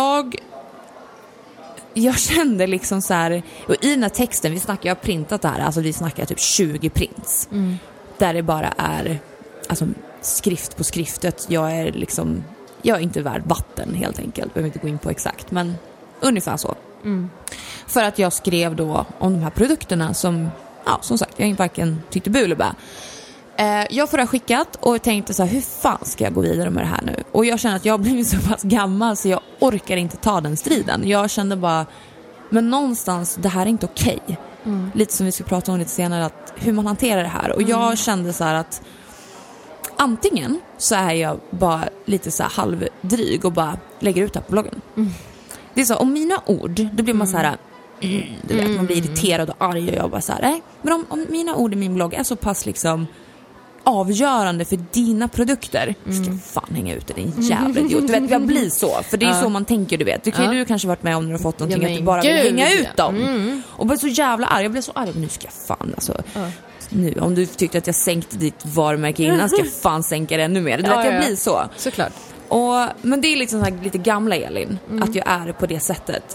jag kände liksom så här, och i den här texten jag har printat det här, alltså vi snackar typ 20 prints. Där det bara är alltså skrift på skriftet. Jag är inte värd vatten helt enkelt. Behöver inte gå in på exakt, men ungefär så. För att jag skrev då om de här produkterna som sagt, jag varken tyckte bu eller bä. Jag får det skickat och tänkte så här, hur fan ska jag gå vidare med det här nu? Och jag känner att jag har blivit så pass gammal så jag orkar inte ta den striden. Jag kände bara, men någonstans, det här är inte okej. Lite som vi ska prata om lite senare, att hur man hanterar det här. Och jag kände så här att antingen så är jag bara lite så här halvdryg och bara lägger ut det på bloggen. Det är så, om mina ord, då blir man så här, du vet, man blir irriterad och arg och jag bara så här, nej. Men om mina ord i min blogg är så pass liksom avgörande för dina produkter, ska fan hänga ut det, din jävla idiot. Du vet, jag blir så, för det är så man tänker, du vet. Du kanske varit med om när du har fått någonting, att du bara vill hänga ut dem. Och bara så jävla arg, jag blev så arg, nu ska jag fan alltså... Nu, om du tyckte att jag sänkte ditt varumärke innan, ska jag fan sänka det ännu mer. Det jag blir så. Såklart. Men det är liksom så här lite gamla Elin, att jag är på det sättet.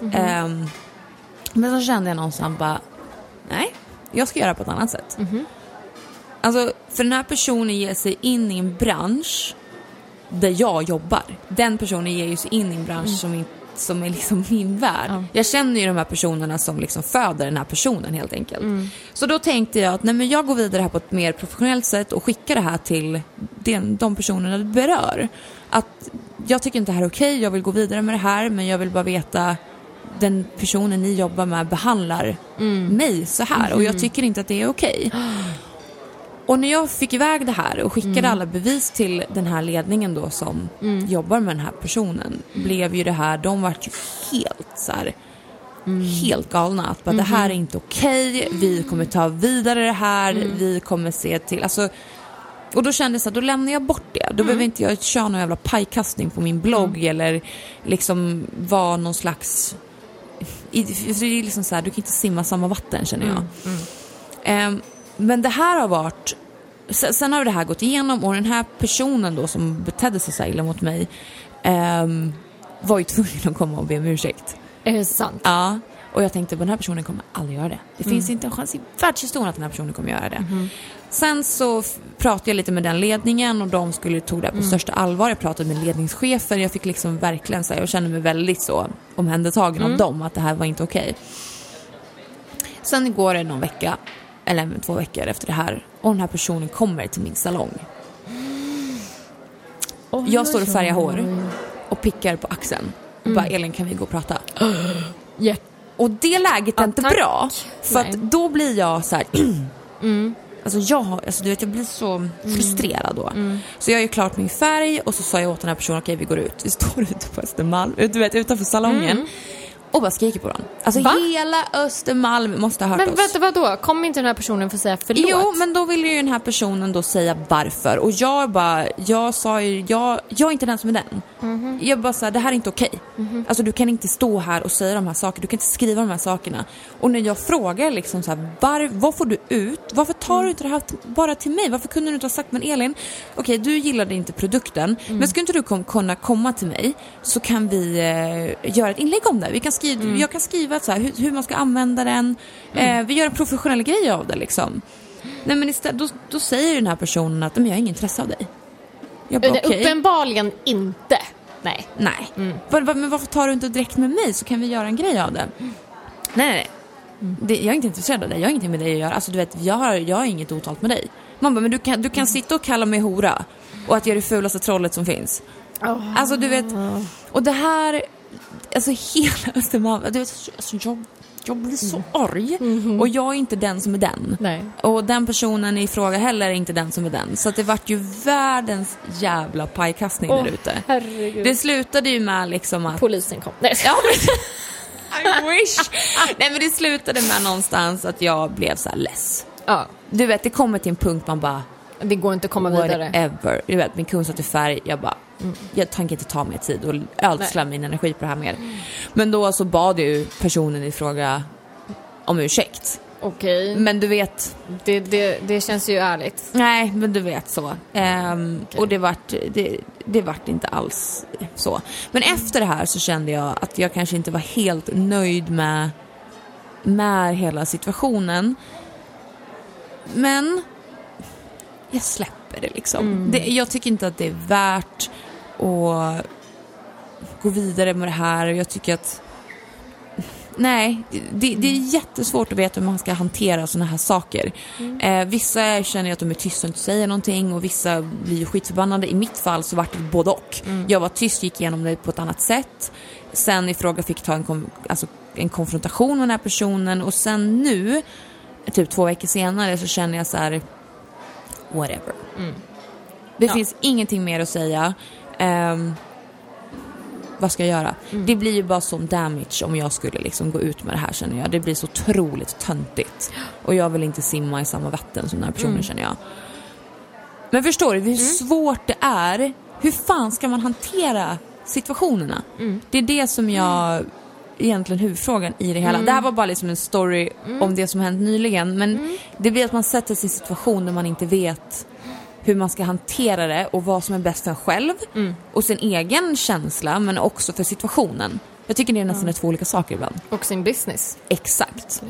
Men så kände jag någonstans bara, nej, jag ska göra på ett annat sätt. Alltså, för den här personen ger sig in i en bransch där jag jobbar. Den personen ger sig in i en bransch som är liksom min värld. Jag känner ju de här personerna som liksom föder den här personen helt enkelt. Så då tänkte jag att men jag går vidare här på ett mer professionellt sätt och skickar det här till de personerna det berör. Att jag tycker inte det här är okej, jag vill gå vidare med det här, men jag vill bara veta den personen ni jobbar med behandlar mig så här och jag tycker inte att det är okej. Och när jag fick iväg det här och skickade alla bevis till den här ledningen då som jobbar med den här personen, blev ju det här, de var ju helt så här, helt galna att bara, det här är inte okej, vi kommer ta vidare det här, vi kommer se till, alltså, och då kände jag så här, då lämnar jag bort det, då behöver inte jag köra någon jävla pajkastning på min blogg eller liksom vara någon slags, det är liksom så här, du kan inte simma samma vatten, känner jag. Men det här har varit, sen har det här gått igenom, och den här personen då som betedde sig så illa mot mig var ju tvungen att komma och be om ursäkt. Är det sant? Ja, och jag tänkte på den här personen kommer aldrig göra det. Det finns inte en chans i världshistorien att den här personen kommer göra det. Sen så pratade jag lite med den ledningen och de skulle tog det på största allvar. Jag pratade med ledningschefer. Jag fick liksom verkligen så här, jag kände mig väldigt så omhändertagen av dem, att det här var inte okej. Sen går det någon vecka eller 2 veckor efter det här och den här personen kommer till min salong. Jag står och färgar hår och pickar på axeln. Och bara, Elin, kan vi gå och prata? Yeah. Och det läget är inte bra. För att då blir jag så här... Alltså du vet, jag blir så frustrerad då. Så jag gör klart min färg och så sa jag åt den här personen, okej, vi går ut. Vi står ute på Östermalm, du vet, utanför salongen. Och bara skriker på den. Alltså hela Östermalm måste ha hört oss. Men vänta, vadå? Kommer inte den här personen få säga förlåt? Jo, men då vill ju den här personen då säga varför. Och jag sa ju, jag är inte den som är den. Jag bara sa, det här är inte okej. Alltså du kan inte stå här och säga de här sakerna. Du kan inte skriva de här sakerna. Och när jag frågar liksom så här, vad får du ut? Varför tar du inte det här bara till mig? Varför kunde du inte ha sagt, men Elin, okej, du gillade inte produkten. Men skulle inte du kunna komma till mig så kan vi göra ett inlägg om det. Vi kan jag kan skriva så här, hur man ska använda den. Vi gör en professionell grej av det liksom. Nej, men istället, då säger den här personen att men jag har ingen intresse av dig. Jag bara, okay. Uppenbarligen inte. Nej. Men varför tar du inte direkt med mig så kan vi göra en grej av det? Nej. Jag är inte intresserad av dig. Jag har ingenting med dig att göra. Alltså du vet, jag har inget otalt med dig. Man bara, men du kan sitta och kalla mig hora och att jag är det fulaste trollet som finns. Alltså du vet, och det här, alltså hela Östermalm, du vet, alltså, jag blir så arg och jag är inte den som är den. Nej. Och den personen i fråga heller är inte den som är den. Så att det vart ju världens jävla pajkastning där ute. Herregud. Det slutade ju med liksom att polisen kom. Nej. Ja, I wish. Nej, men det slutade med någonstans att jag blev så här less. Ja. Du vet, det kommer till en punkt man bara, det går inte att komma vidare. Whatever. Du vet, min kunskap i färg, jag bara, jag tänker inte ta mer tid och ödsla min energi på det här mer. Men då så bad ju personen i fråga om ursäkt. Okej. Men du vet, det känns ju ärligt. Nej, men du vet så. Och det vart inte alls så. Men efter det här så kände jag att jag kanske inte var helt nöjd med hela situationen. Men jag släpper det liksom. Jag tycker inte att det är värt att gå vidare med det här. Jag tycker att nej, det är jättesvårt att veta hur man ska hantera såna här saker. Vissa känner att de är tysta och inte säger någonting och vissa blir ju skitförbannade. I mitt fall så var det både och. Jag var tyst, gick igenom det på ett annat sätt. Sen i fråga fick ta en konfrontation med den här personen och sen nu, typ 2 veckor senare, så känner jag så här, whatever. Det finns ingenting mer att säga. Vad ska jag göra? Det blir ju bara sån damage om jag skulle liksom gå ut med det här, känner jag. Det blir så otroligt töntigt. Och jag vill inte simma i samma vatten som den här personen, känner jag. Men förstår du hur svårt det är? Hur fan ska man hantera situationerna? Det är det som jag egentligen huvudfrågan i det hela. Det här var bara liksom en story om det som hänt nyligen. Men det blir att man sätter sig i en situation där man inte vet hur man ska hantera det och vad som är bäst för en själv och sin egen känsla, men också för situationen. Jag tycker det är nästan 2 olika saker ibland. Och sin business. Exakt.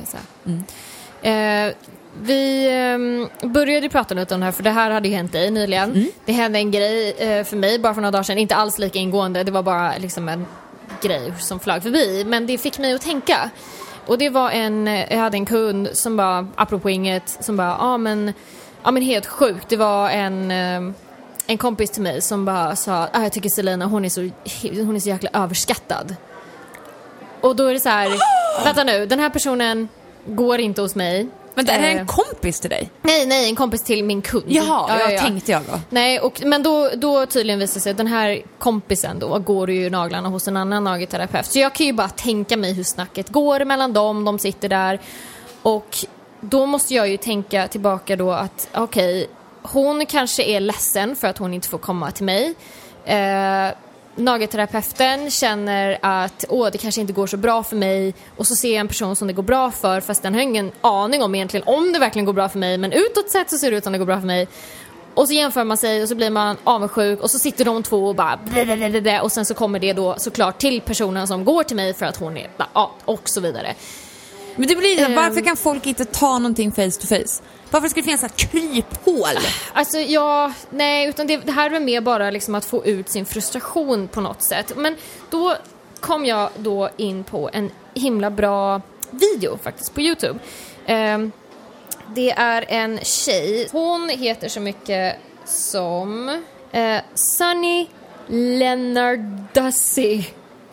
Vi började prata lite om det här, för det här hade ju hänt dig nyligen. Det hände en grej för mig bara för några dagar sedan, inte alls lika ingående. Det var bara liksom en grej som flög förbi, men det fick mig att tänka. Och det var jag hade en kund som bara, apropå inget, som bara, men helt sjukt. Det var en kompis till mig som bara sa, jag tycker Selina, hon är så jäkla överskattad. Och då är det så här, vänta nu, den här personen går inte hos mig. Men är det en kompis till dig? Nej, en kompis till min kund. Jaha, jag tänkte jag då. Nej, men då tydligen visade sig att den här kompisen då går ju naglarna hos en annan nagelterapeut. Så jag kan ju bara tänka mig hur snacket går mellan dem. De sitter där. Och då måste jag ju tänka tillbaka då att okej, hon kanske är ledsen för att hon inte får komma till mig. Nagelterapeuten känner att det kanske inte går så bra för mig, och så ser jag en person som det går bra för, fast den har ingen aning om egentligen om det verkligen går bra för mig, men utåt sett så ser det ut som det går bra för mig. Och så jämför man sig och så blir man avundsjuk, och så sitter de två och bara blablabla, och sen så kommer det då såklart till personen som går till mig för att hon är och så vidare. Men det blir varför kan folk inte ta någonting face to face? Varför ska det finnas ett kryphål? Alltså nej, utan det här är mer bara liksom att få ut sin frustration på något sätt. Men då kom jag då in på en himla bra video faktiskt på YouTube. Det är en tjej. Hon heter så mycket som Sunny Lenarduzzi.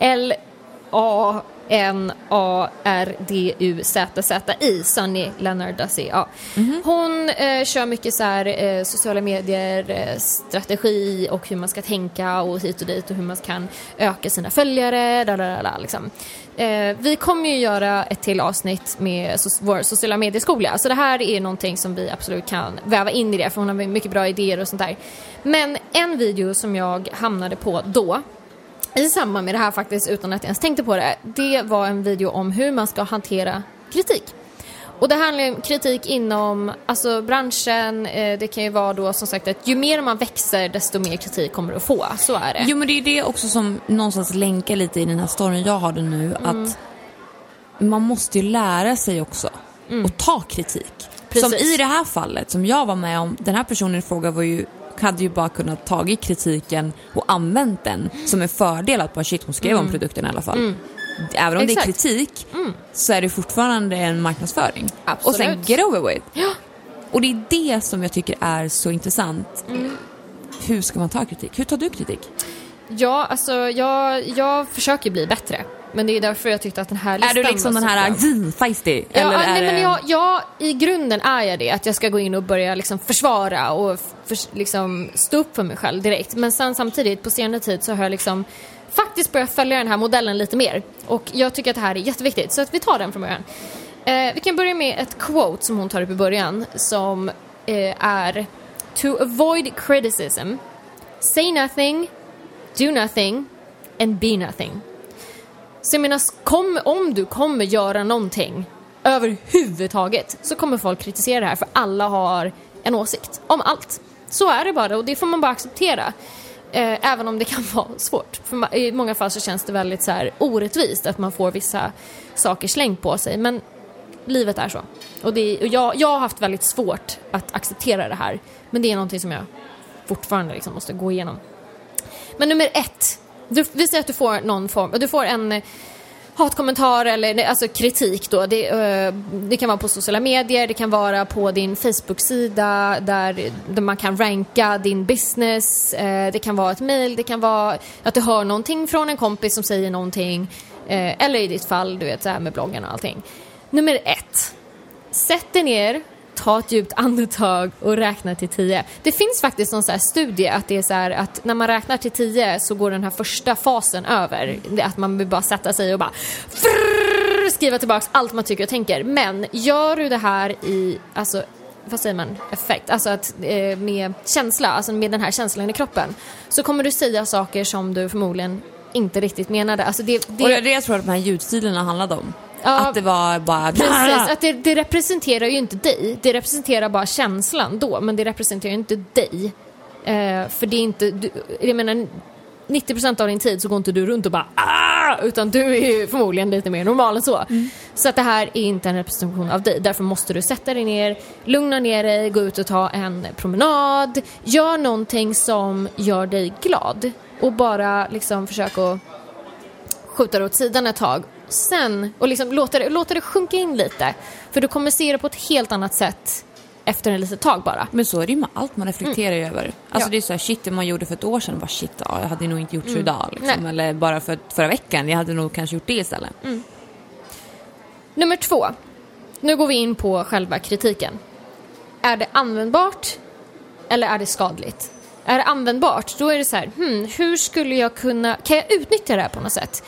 L-A-N-A-R-D-U-Z-Z-I. Sunny Lenarduzzi, ja. Hon kör mycket så här sociala medier, strategi och hur man ska tänka och hit och dit och hur man kan öka sina följare, liksom. Vi kommer ju göra ett till avsnitt med vår sociala medieskola. Så det här är någonting som vi absolut kan väva in i det, för hon har mycket bra idéer och sånt där. Men en video som jag hamnade på då, i samband med det här faktiskt, utan att jag ens tänkte på det, det var en video om hur man ska hantera kritik. Och det handlar om kritik inom branschen. Det kan ju vara då som sagt att ju mer man växer desto mer kritik kommer du att få. Så är det. Jo, men det är det också som någonstans länkar lite i den här storyn jag har nu. Att man måste ju lära sig också att ta kritik. Precis. Som i det här fallet som jag var med om. Den här personen i fråga hade ju bara kunnat tagit kritiken och använt den som en fördel att bara hon skrev om produkten i alla fall. Även om det är kritik så är det fortfarande en marknadsföring. Absolut. Och sen get over with. Ja. Och det är det som jag tycker är så intressant. Hur ska man ta kritik? Hur tar du kritik? Ja, alltså jag försöker bli bättre. Men det är därför jag tyckte att den här listan är du liksom den här feisty? Men i grunden är jag det. Att jag ska gå in och börja liksom försvara och liksom stå upp för mig själv direkt. Men sen samtidigt på senare tid så har jag liksom faktiskt börjat följa den här modellen lite mer. Och jag tycker att det här är jätteviktigt. Så att vi tar den från början. Vi kan börja med ett quote som hon tar upp i början. Som är: to avoid criticism, say nothing, do nothing and be nothing. Så jag menar, om du kommer göra någonting överhuvudtaget så kommer folk kritisera det här, för alla har en åsikt om allt. Så är det bara, och det får man bara acceptera. Även om det kan vara svårt. För i många fall så känns det väldigt så här orättvist att man får vissa saker slängt på sig. Men livet är så. Och jag har haft väldigt svårt att acceptera det här. Men det är någonting som jag fortfarande liksom måste gå igenom. Men nummer 1. Vi säger att du får någon form, du får en hatkommentar eller alltså kritik då. Det kan vara på sociala medier, det kan vara på din Facebook-sida där man kan ranka din business. Det kan vara ett mejl, det kan vara att du hör någonting från en kompis som säger någonting, eller i ditt fall, du vet, så här med bloggen och allting. Nummer 1. Sätt dig ner, ta ett djupt andetag och räkna till 10. Det finns faktiskt någon så här studie att det är så här att när man räknar till 10 så går den här första fasen över. Det är att man vill bara sätta sig och bara skriva tillbaka allt man tycker och tänker. Men gör du det här i, alltså, vad säger man, effekt, alltså att med känsla, alltså med den här känslan i kroppen, så kommer du säga saker som du förmodligen inte riktigt menade. Alltså det och det är det jag tror att de här ljudstilarna handlade om. Ja, att det var bara... Precis, att det representerar ju inte dig. Det representerar bara känslan då, men det representerar ju inte dig. För det är inte... jag menar, 90% av din tid så går inte du runt och bara utan du är ju förmodligen lite mer normal än så. Så att det här är inte en representation av dig. Därför måste du sätta dig ner, lugna ner dig, gå ut och ta en promenad. Gör någonting som gör dig glad. Och bara liksom försöka skjuta det åt sidan ett tag. Sen, och liksom låter det sjunka in lite. För du kommer se det på ett helt annat sätt efter en litet tag bara. Men så är det ju med allt man reflekterar över. Alltså det är så här, shit, det man gjorde för ett år sedan, bara shit, jag hade nog inte gjort så idag liksom. Eller bara förra veckan, jag hade nog kanske gjort det istället. Nummer 2. Nu går vi in på själva kritiken. Är det användbart eller är det skadligt? Är det användbart, då är det så här, hur skulle jag kan jag utnyttja det här på något sätt?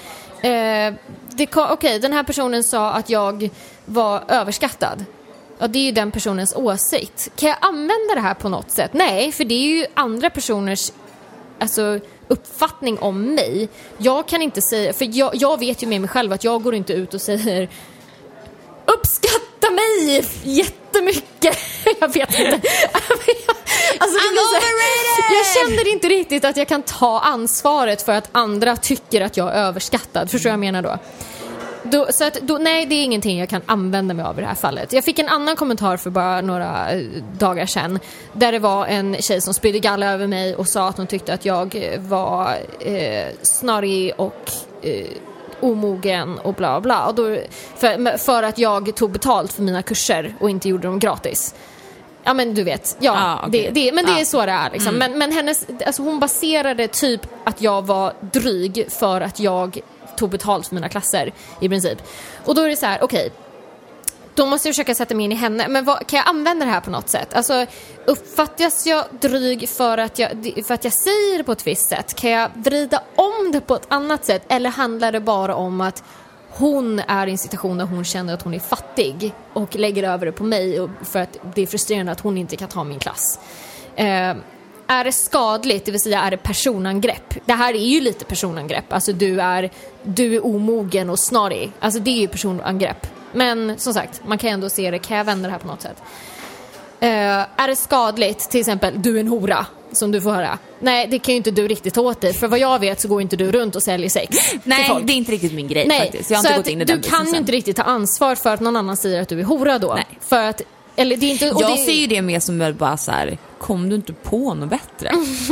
Okej, den här personen sa att jag var överskattad. Ja, det är ju den personens åsikt. Kan jag använda det här på något sätt? Nej, för det är ju andra personers uppfattning om mig. Jag kan inte säga, för jag vet ju med mig själv att jag går inte ut och säger uppskatta mig jättemycket. Jag vet inte. Alltså, jag känner inte riktigt att jag kan ta ansvaret för att andra tycker att jag är överskattad. Förstår jag menar då? Nej, det är ingenting jag kan använda mig av i det här fallet. Jag fick en annan kommentar för bara några dagar sedan, där det var en tjej som spydde galla över mig och sa att hon tyckte att jag var snarrig och omogen och bla bla. Och då, för att jag tog betalt för mina kurser och inte gjorde dem gratis. Ja, men du vet. Ja, okay. det är så det är liksom. Men hennes, alltså hon baserade typ att jag var dryg för att jag tog betalt för mina klasser i princip. Och då är det så här, okej. Då måste jag försöka sätta mig in i henne. Men kan jag använda det här på något sätt? Alltså, uppfattas jag dryg för att jag säger det på ett visst sätt? Kan jag vrida om det på ett annat sätt? Eller handlar det bara om att hon är i en situation där hon känner att hon är fattig och lägger över det på mig för att det är frustrerande att hon inte kan ta min klass? Är det skadligt, det vill säga är det personangrepp? Det här är ju lite personangrepp. Alltså du är omogen och snarig. Alltså det är ju personangrepp. Men som sagt, man kan ändå se det. Kan jag vända det här på något sätt? Är det skadligt, till exempel du är en hora, som du får höra? Nej, det kan ju inte du riktigt ta åt dig. För vad jag vet så går inte du runt och säljer sex. Nej, det är inte riktigt min grej. Nej, faktiskt. Jag har inte gått in i den du kan ju inte riktigt ta ansvar för att någon annan säger att du är hora då. Nej. För att, eller det är inte, och jag ser ju det mer som väl bara så här, kom du inte på något bättre?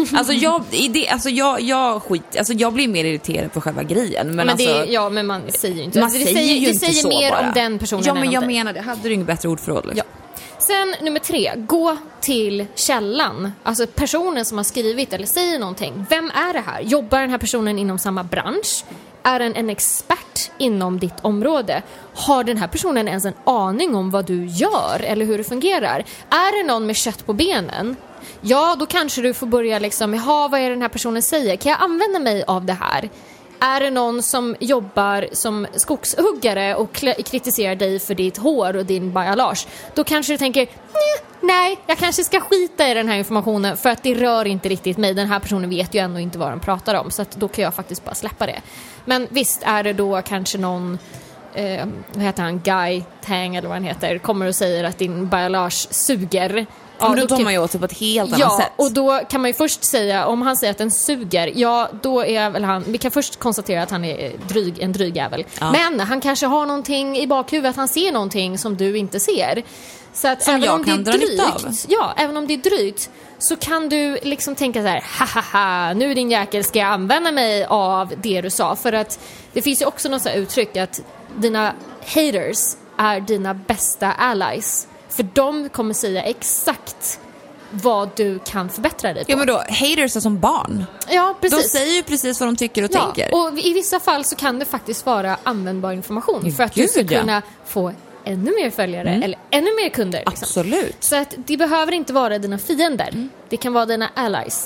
Jag blir mer irriterad på själva grejen. Men men man säger ju inte. Det säger mer bara om den personen. Ja, men jag menar det. Hade du inget bättre ordförråd? Liksom? Ja. Sen nummer 3, gå till källan. Alltså personen som har skrivit eller säger någonting. Vem är det här? Jobbar den här personen inom samma bransch? Är den en expert inom ditt område? Har den här personen ens en aning om vad du gör eller hur det fungerar? Är det någon med kött på benen? Ja, då kanske du får börja liksom, vad är det den här personen säger? Kan jag använda mig av det här? Är det någon som jobbar som skogshuggare och kritiserar dig för ditt hår och din bajalage? Då kanske du tänker, nej, jag kanske ska skita i den här informationen för att det rör inte riktigt mig. Den här personen vet ju ändå inte vad de pratar om, så att då kan jag faktiskt bara släppa det. Men visst är det då kanske någon, vad heter han, Guy Tang eller vad han heter, kommer och säger att din bajalage suger. Ja, då tar man ju åt sig på ett helt annat sätt. Ja, och då kan man ju först säga, om han säger att den suger, ja, då är väl han, vi kan först konstatera att han är en dryg jävel. Ja. Men han kanske har någonting i bakhuvudet, han ser någonting som du inte ser. Så att som även om det är drygt, även om det är drygt, så kan du liksom tänka så här, hahaha, nu din jäkel ska jag använda mig av det du sa. För att det finns ju också något så här uttryck att dina haters är dina bästa allies. För de kommer säga exakt vad du kan förbättra dig på. Ja, men då, haters är som barn. Ja, precis. De säger ju precis vad de tycker och tänker. Och i vissa fall så kan det faktiskt vara användbar information. För att du ska kunna få ännu mer följare eller ännu mer kunder. Liksom. Absolut. Så att det behöver inte vara dina fiender. Det kan vara dina allies.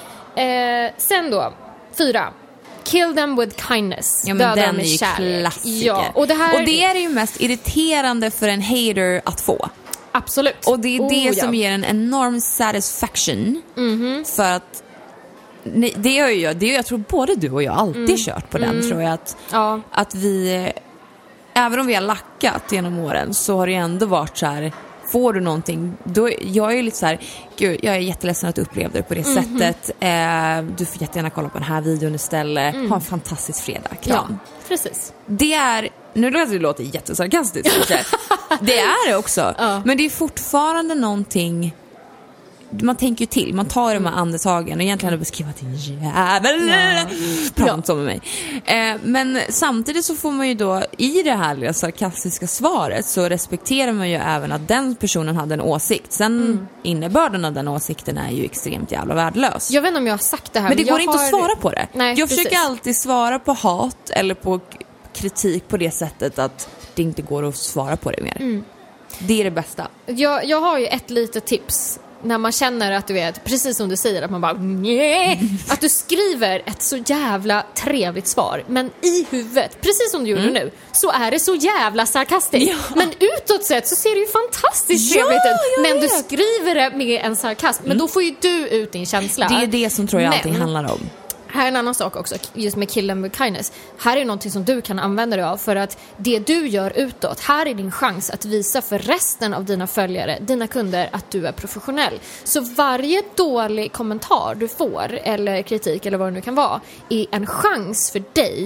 Sen då, 4. Kill them with kindness. Ja, men den är ju klassiker. Ja, och det är ju mest irriterande för en hater att få. Absolut. Och det är det som ger en enorm satisfaction. För att det gör ju jag tror både du och jag alltid kört på den, tror jag, att vi, även om vi har lackat genom åren, så har det ändå varit så här, får du någonting, då, jag är ju lite så här, gud, jag är jätteledsen att du upplevde det på det sättet. Du får jättegärna kolla på den här videon istället. Ha en fantastisk fredag. Kram. Ja, precis. Det är, nu låter det jättesarkastiskt. Det är det också. Men det är fortfarande någonting, man tänker ju till, man tar de här andetagen och egentligen har beskrivat en jävel prata med mig. Men samtidigt så får man ju då i det här sarkastiska svaret, så respekterar man ju även att den personen hade en åsikt. Sen innebörden av den åsikten är ju extremt jävla värdelös. Jag vet inte om jag har sagt det här, men det går inte att svara på det. Nej, jag försöker alltid svara på hat eller på kritik på det sättet att det inte går att svara på det mer. Det är det bästa. Jag har ju ett litet tips. När man känner att du vet, precis som du säger, att man bara att du skriver ett så jävla trevligt svar, men i huvudet, precis som du gjorde nu, så är det så jävla sarkastiskt. Men utåt sett så ser det ju fantastiskt trevligt ut, men du skriver det med en sarkasm. Men då får ju du ut din känsla. Det är det som tror jag allting handlar om. Här är en annan sak också, just med kill them with kindness. Här är någonting som du kan använda dig av, för att det du gör utåt, här är din chans att visa för resten av dina följare, dina kunder, att du är professionell. Så varje dålig kommentar du får, eller kritik eller vad det nu kan vara, är en chans för dig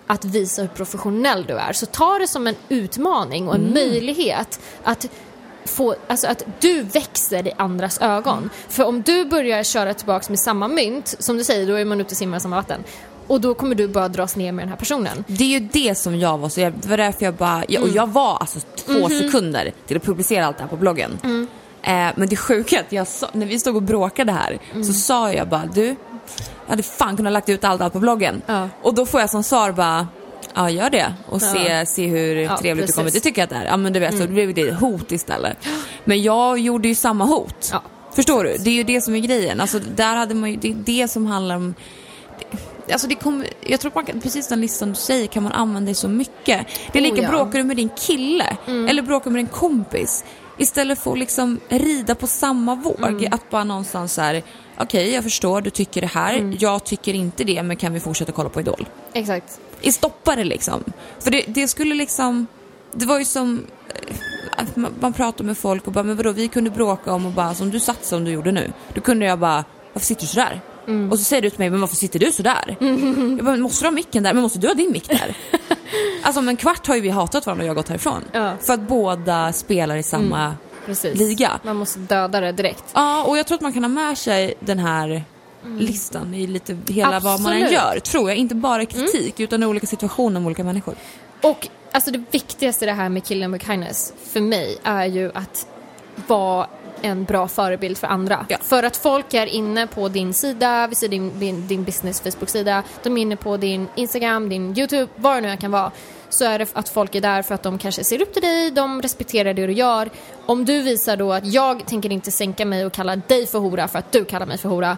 att visa hur professionell du är. Så ta det som en utmaning och en möjlighet att få, alltså att du växer i andras ögon. För om du börjar köra tillbaka med samma mynt, som du säger, då är man ute och simmar i samma vatten. Och då kommer du bara dras ner med den här personen. Det är ju det som jag var så det var därför jag bara och jag var alltså 2 sekunder till att publicera allt det här på bloggen. Men det sjuka är att när vi stod och bråkade här så sa jag bara, du, jag hade fan kunnat lagt ut allt på bloggen. Och då får jag som svar bara, ja, gör det. Och se hur trevligt det kommer. Det tycker jag att det är. Ja, men du vet, så det blev det hot istället. Men jag gjorde ju samma hot. Förstår du? Det är ju det som är grejen. Alltså, där hade man ju, det är det som handlar om... Alltså jag tror att precis den listan du säger kan man använda det så mycket. Det är lika bråkar du med din kille eller bråkar med din kompis. Istället för att liksom rida på samma våg. Att bara någonstans så här, okej, jag förstår, du tycker det här. Jag tycker inte det, men kan vi fortsätta kolla på Idol? Exakt. Stoppa det liksom. För det skulle liksom... Det var ju som... Att man pratar med folk och bara, men vadå, vi kunde bråka om och bara, som du satt som du gjorde nu. Då kunde jag bara, varför sitter du så där? Och så säger du till mig, men varför sitter du så där? Jag bara, måste du ha micken där? Men måste du ha din mick där? Alltså om en kvart har ju vi hatat varandra och jag gått härifrån. För att båda spelar i samma liga. Man måste döda det direkt. Ja, och jag tror att man kan ha med sig den här listan i lite hela vad man än gör. Tror jag, inte bara kritik utan i olika situationer med olika människor. Och alltså det viktigaste det här med Killing with Kindness för mig är ju att vara en bra förebild för andra. För att folk är inne på din sida, vi ser din business Facebook-sida, de är inne på din Instagram, din YouTube, vad det nu kan vara, så är det att folk är där för att de kanske ser upp till dig, de respekterar det du gör. Om du visar då att jag tänker inte sänka mig och kalla dig för hora för att du kallar mig för hora,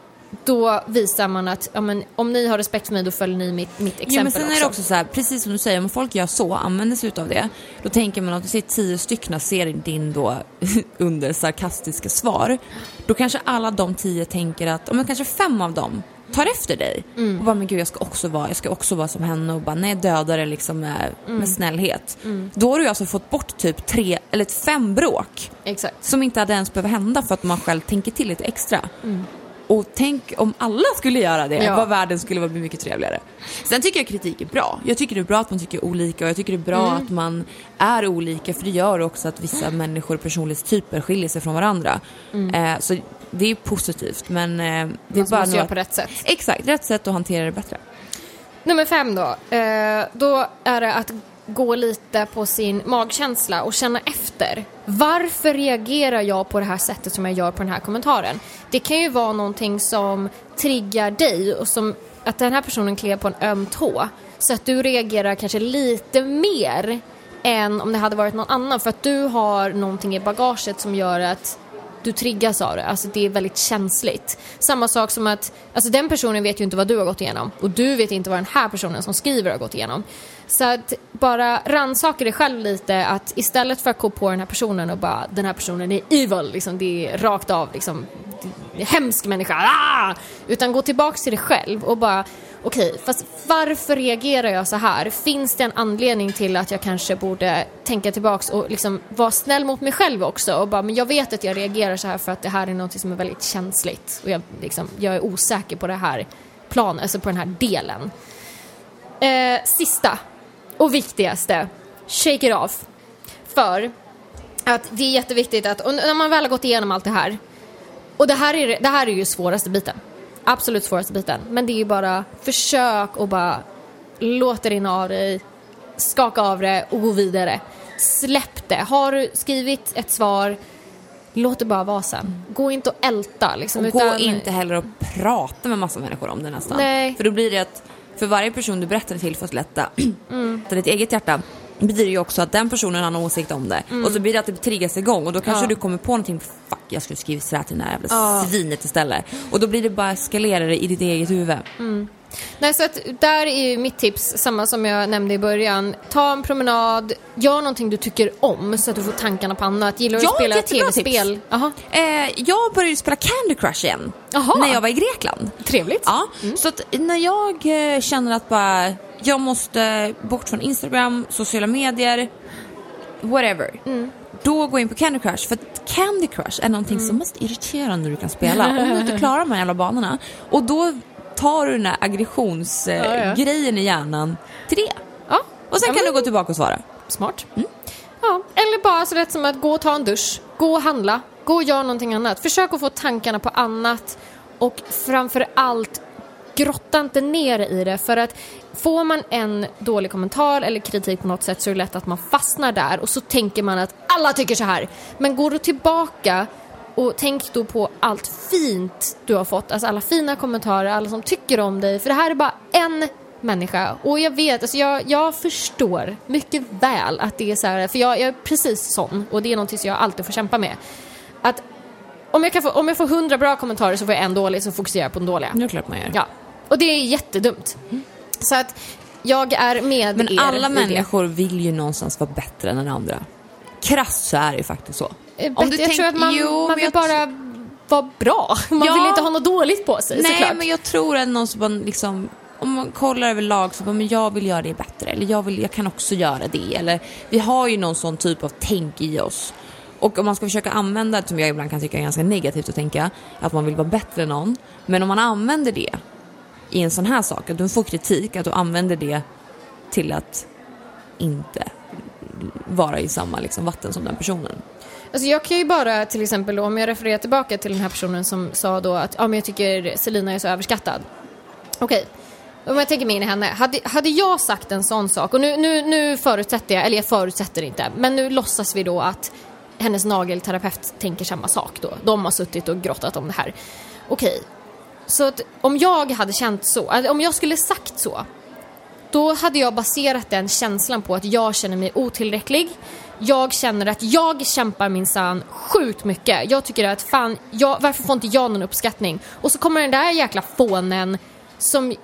då visar man att ja, men, om ni har respekt för mig, då följer ni mitt exempel också. Ja, men sen är det också så här, precis som du säger, om folk gör så, använder sig av det, då tänker man att du ser 10 stycken ser din då under sarkastiska svar, då kanske alla de 10 tänker att, om kanske 5 av dem tar efter dig och bara, men gud, jag ska också vara som henne och bara, nej, döda det liksom med snällhet. Då har du alltså fått bort typ 3 eller 5 bråk. Exakt. Som inte hade ens behöva hända för att man själv tänker till lite extra. Och tänk om alla skulle göra det, vad världen skulle vara mycket trevligare. Sen tycker jag kritik är bra. Jag tycker det är bra att man tycker olika, och jag tycker det är bra att man är olika, för det gör också att vissa människor och personlighetstyper skiljer sig från varandra. Så det är positivt, men det är bara göra på rätt sätt. Exakt, rätt sätt att hantera det bättre. Nummer 5 då. Då är det att gå lite på sin magkänsla och känna efter. Varför reagerar jag på det här sättet som jag gör på den här kommentaren? Det kan ju vara någonting som triggar dig och som att den här personen klev på en öm tå. Så att du reagerar kanske lite mer än om det hade varit någon annan. För att du har någonting i bagaget som gör att du triggas av det. Alltså det är väldigt känsligt. Samma sak som att alltså den personen vet ju inte vad du har gått igenom. Och du vet inte vad den här personen som skriver har gått igenom. Så att bara rannsaka dig själv lite. Att istället för att gå på den här personen och bara, den här personen är evil. Liksom, det är rakt av liksom, det är hemsk människa. Utan gå tillbaka till dig själv och bara, okej, fast varför reagerar jag så här? Finns det en anledning till att jag kanske borde tänka tillbaks och liksom vara snäll mot mig själv också? Och bara, men jag vet att jag reagerar så här för att det här är något som är väldigt känsligt. Och jag är osäker på det här planen, alltså på den här delen. Sista och viktigaste, shake it off. För att det är jätteviktigt att, och när man väl har gått igenom allt det här, och det här är ju svåraste biten. Absolut svåraste biten. Men det är ju bara försök och bara låt det rinna av dig, skaka av det och gå vidare. Släpp det. Har du skrivit ett svar, låt det bara vara sen. Gå inte och älta. Liksom, och gå inte heller och prata med massa människor om det nästan. Nej. För då blir det att för varje person du berättar till för att lätta till ditt eget hjärta, betyder ju också att den personen har en åsikt om det. Och så blir det att det triggas igång. Och då kanske du kommer på någonting, fuck, jag skulle skriva så här till den här jävla svinet istället. Och då blir det bara eskalerare i ditt eget huvud. Nej, så att där är ju mitt tips samma som jag nämnde i början. Ta en promenad, gör någonting du tycker om så att du får tankarna på annat. Gillar du att spela tv-spel? Jag började spela Candy Crush igen när jag var i Grekland. Trevligt. Ja, så att när jag känner att bara jag måste bort från Instagram, sociala medier, whatever. Då går jag in på Candy Crush. För att Candy Crush är någonting som mest irriterande du kan spela om du inte klarar de här jävla banorna. Och då tar du den här aggressionsgrejen i hjärnan till det. Ja. Och sen kan du gå tillbaka och svara. Smart. Ja, eller bara så lätt som att gå och ta en dusch, gå och handla, gå och göra någonting annat. Försök att få tankarna på annat och framför allt grotta inte ner i det, för att får man en dålig kommentar eller kritik på något sätt så är det lätt att man fastnar där och så tänker man att alla tycker så här. Men går du tillbaka och tänk då på allt fint du har fått, alltså alla fina kommentarer, alla som tycker om dig, för det här är bara en människa. Och jag vet, alltså jag förstår mycket väl att det är så här, för jag är precis sån och det är någonting som jag alltid får kämpa med. Att om jag får 100 bra kommentarer så får jag en dålig, så fokuserar jag på den dåliga. Det är klart man gör. Ja, och det är jättedumt. Så att jag är med. Men alla människor vill ju någonstans vara bättre än den andra. Krasst så är det ju faktiskt så. Om du tror att man vill bara vara bra. Man vill inte ha något dåligt på sig. Nej, såklart. Men jag tror att någon som liksom, om man kollar över lag så bara, men jag vill göra det bättre. Eller jag kan också göra det. Eller vi har ju någon sån typ av tänk i oss. Och om man ska försöka använda det, som jag ibland kan tycka är ganska negativt att tänka, att man vill vara bättre än någon. Men om man använder det i en sån här sak, att du får kritik, att du använder det till att inte vara i samma liksom vatten som den personen. Alltså jag kan ju bara, till exempel om jag refererar tillbaka till den här personen som sa då att men jag tycker Selina är så överskattad. Okej. Om jag tänker mig in i henne, hade jag sagt en sån sak, och nu förutsätter jag, eller jag förutsätter inte, men nu låtsas vi då att hennes nagelterapeut tänker samma sak då. De har suttit och grottat om det här. Okej. Så att om jag hade känt så, om jag skulle sagt så, då hade jag baserat den känslan på att jag känner mig otillräcklig. Jag känner att jag kämpar minsann sjukt mycket. Jag tycker att varför får inte jag någon uppskattning? Och så kommer den där jäkla fånen som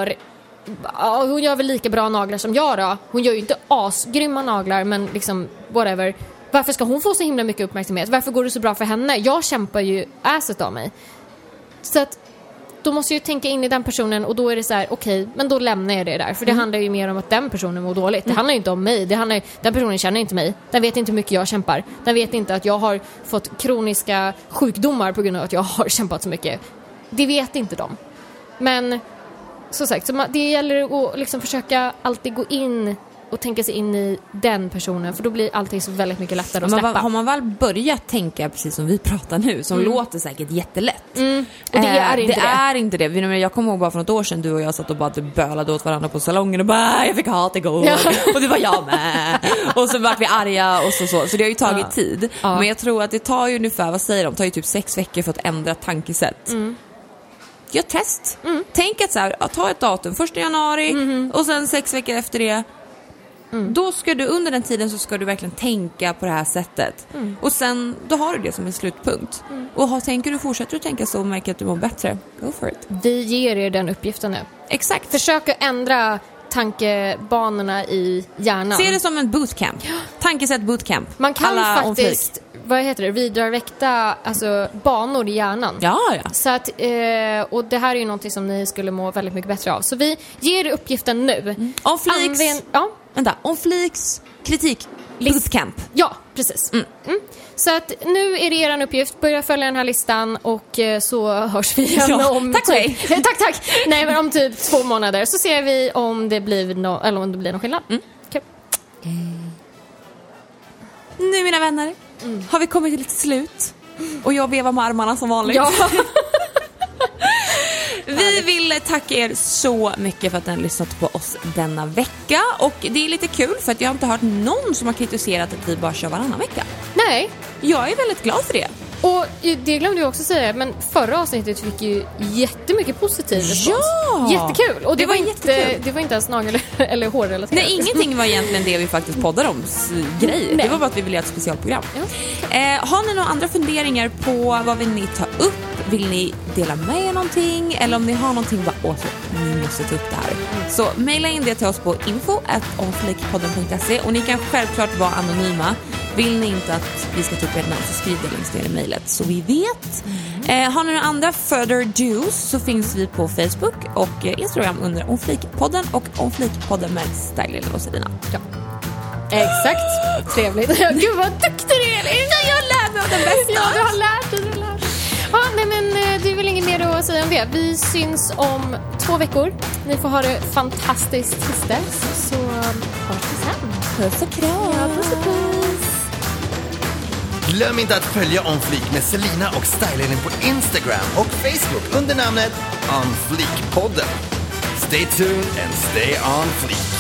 hon gör väl lika bra naglar som jag då. Hon gör ju inte asgrymma naglar, men liksom whatever. Varför ska hon få så himla mycket uppmärksamhet? Varför går det så bra för henne? Jag kämpar ju asset av mig. Så att då måste jag ju tänka in i den personen, och då är det så här, okej, men då lämnar jag det där. För det handlar ju mer om att den personen mår dåligt. Det handlar ju inte om mig. Den personen känner inte mig. Den vet inte hur mycket jag kämpar. Den vet inte att jag har fått kroniska sjukdomar på grund av att jag har kämpat så mycket. Det vet inte de. Men så sagt, så det gäller att liksom försöka alltid gå in och tänka sig in i den personen, för då blir allting så väldigt mycket lättare att släppa. Har man väl börjat tänka precis som vi pratar nu, som låter säkert jättelätt. Och det är inte det. Jag kommer ihåg bara för något år sedan, du och jag satt och bara bölade åt varandra på salongen och bara, jag fick hat igår. Ja. Och det var jag med. Och så vart vi arga och så det har ju tagit tid. Men jag tror att det tar ju ungefär, vad säger de? Det tar ju typ 6 veckor för att ändra tankesätt. Gör test. Tänk att så här, ta ett datum 1 januari och sen 6 veckor efter det. Då ska du, under den tiden så ska du verkligen tänka på det här sättet. Och sen, då har du det som en slutpunkt. Och fortsätter du tänka så och märker att du mår bättre, go for it. Vi ger er den uppgiften nu. Exakt. Försök att ändra tankebanorna i hjärnan. Se det som en bootcamp. Tankesätt bootcamp. Man kan faktiskt, vidareväkta banor i hjärnan. Ja. Så att, och det här är ju någonting som ni skulle må väldigt mycket bättre av. Så vi ger er uppgiften nu. Om Fliks kritik bootcamp. Ja, precis. Så att nu är det er uppgift. Börja följa den här listan och så hörs vi igen om tack. Nej, men om typ 2 månader så ser vi om det blir någon skillnad. Okay. Nu mina vänner, har vi kommit till ett slut. Och jag vevar med armarna som vanligt. Ja. Vi vill tacka er så mycket för att ni har lyssnat på oss denna vecka. Och det är lite kul för att jag har inte hört någon som har kritiserat att vi bara kör varannan vecka. Nej. Jag är väldigt glad för det. Och det glömde jag också säga, men förra avsnittet fick ju jättemycket positiv respons. Ja! Jättekul. Och det var jättekul. Det var inte ens nagel eller hårrelaterat. Nej, ingenting var egentligen det vi faktiskt poddade om grej. Det var bara att vi ville göra ett specialprogram. Ja. Har ni några andra funderingar på vad vill ni ta upp? Vill ni dela med er någonting? Eller om ni har någonting, bara ni måste ta upp det här. Så mejla in det till oss på info@onflikpodden.se. Och ni kan självklart vara anonyma. Vill ni inte att vi ska ta upp ert namn så skriv det längst ner i mejlet så vi vet. Har ni några andra further do's så finns vi på Facebook och Instagram under Onflikpodden och Onflikpodden med Style och Selina. Ja. Exakt. Trevligt. Gud vad duktig du är. Jag lär mig av den bästa. Ja, du har lärt dig. Ja, nej, men det är väl inget mer att säga om det? Vi syns om 2 veckor. Ni får ha det fantastiskt tills dess. Så hörs vi sen. Puss och kram. Ja, puss och puss. Glöm inte att följa On Fleek med Selina och Style på Instagram och Facebook under namnet On Fleek-podden. Stay tuned and stay on fleek.